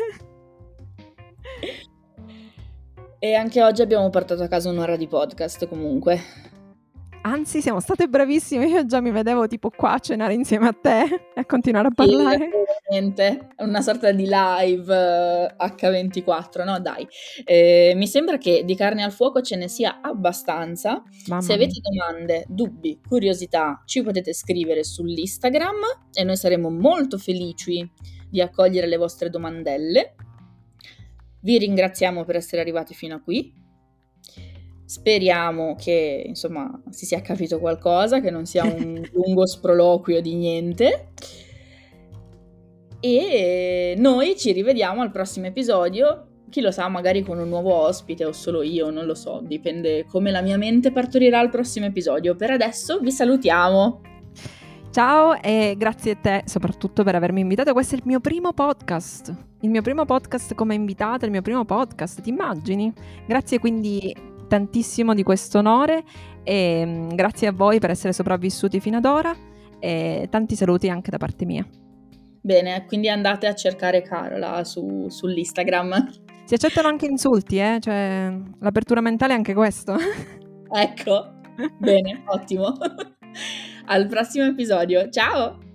E anche oggi abbiamo portato a casa un'ora di podcast comunque. Anzi, siamo state bravissime, io già mi vedevo tipo qua a cenare insieme a te e a continuare a parlare. Sì, una sorta di live acca ventiquattro, no dai. Eh, mi sembra che di carne al fuoco ce ne sia abbastanza. Mamma Se avete mia. domande, dubbi, curiosità, ci potete scrivere sull'Instagram e noi saremo molto felici di accogliere le vostre domandelle. Vi ringraziamo per essere arrivati fino a qui. Speriamo che, insomma, si sia capito qualcosa, che non sia un lungo sproloquio di niente. E noi ci rivediamo al prossimo episodio, chi lo sa, magari con un nuovo ospite o solo io, non lo so, dipende come la mia mente partorirà al prossimo episodio. Per adesso vi salutiamo. Ciao e grazie a te soprattutto per avermi invitato. Questo è il mio primo podcast, il mio primo podcast come invitata, il mio primo podcast, ti immagini? Grazie quindi tantissimo di questo onore e um, grazie a voi per essere sopravvissuti fino ad ora e tanti saluti anche da parte mia. Bene, quindi andate a cercare Carola su, sull'Instagram. Si accettano anche insulti, eh? Cioè, l'apertura mentale è anche questo. Ecco, bene, ottimo. Al prossimo episodio, ciao!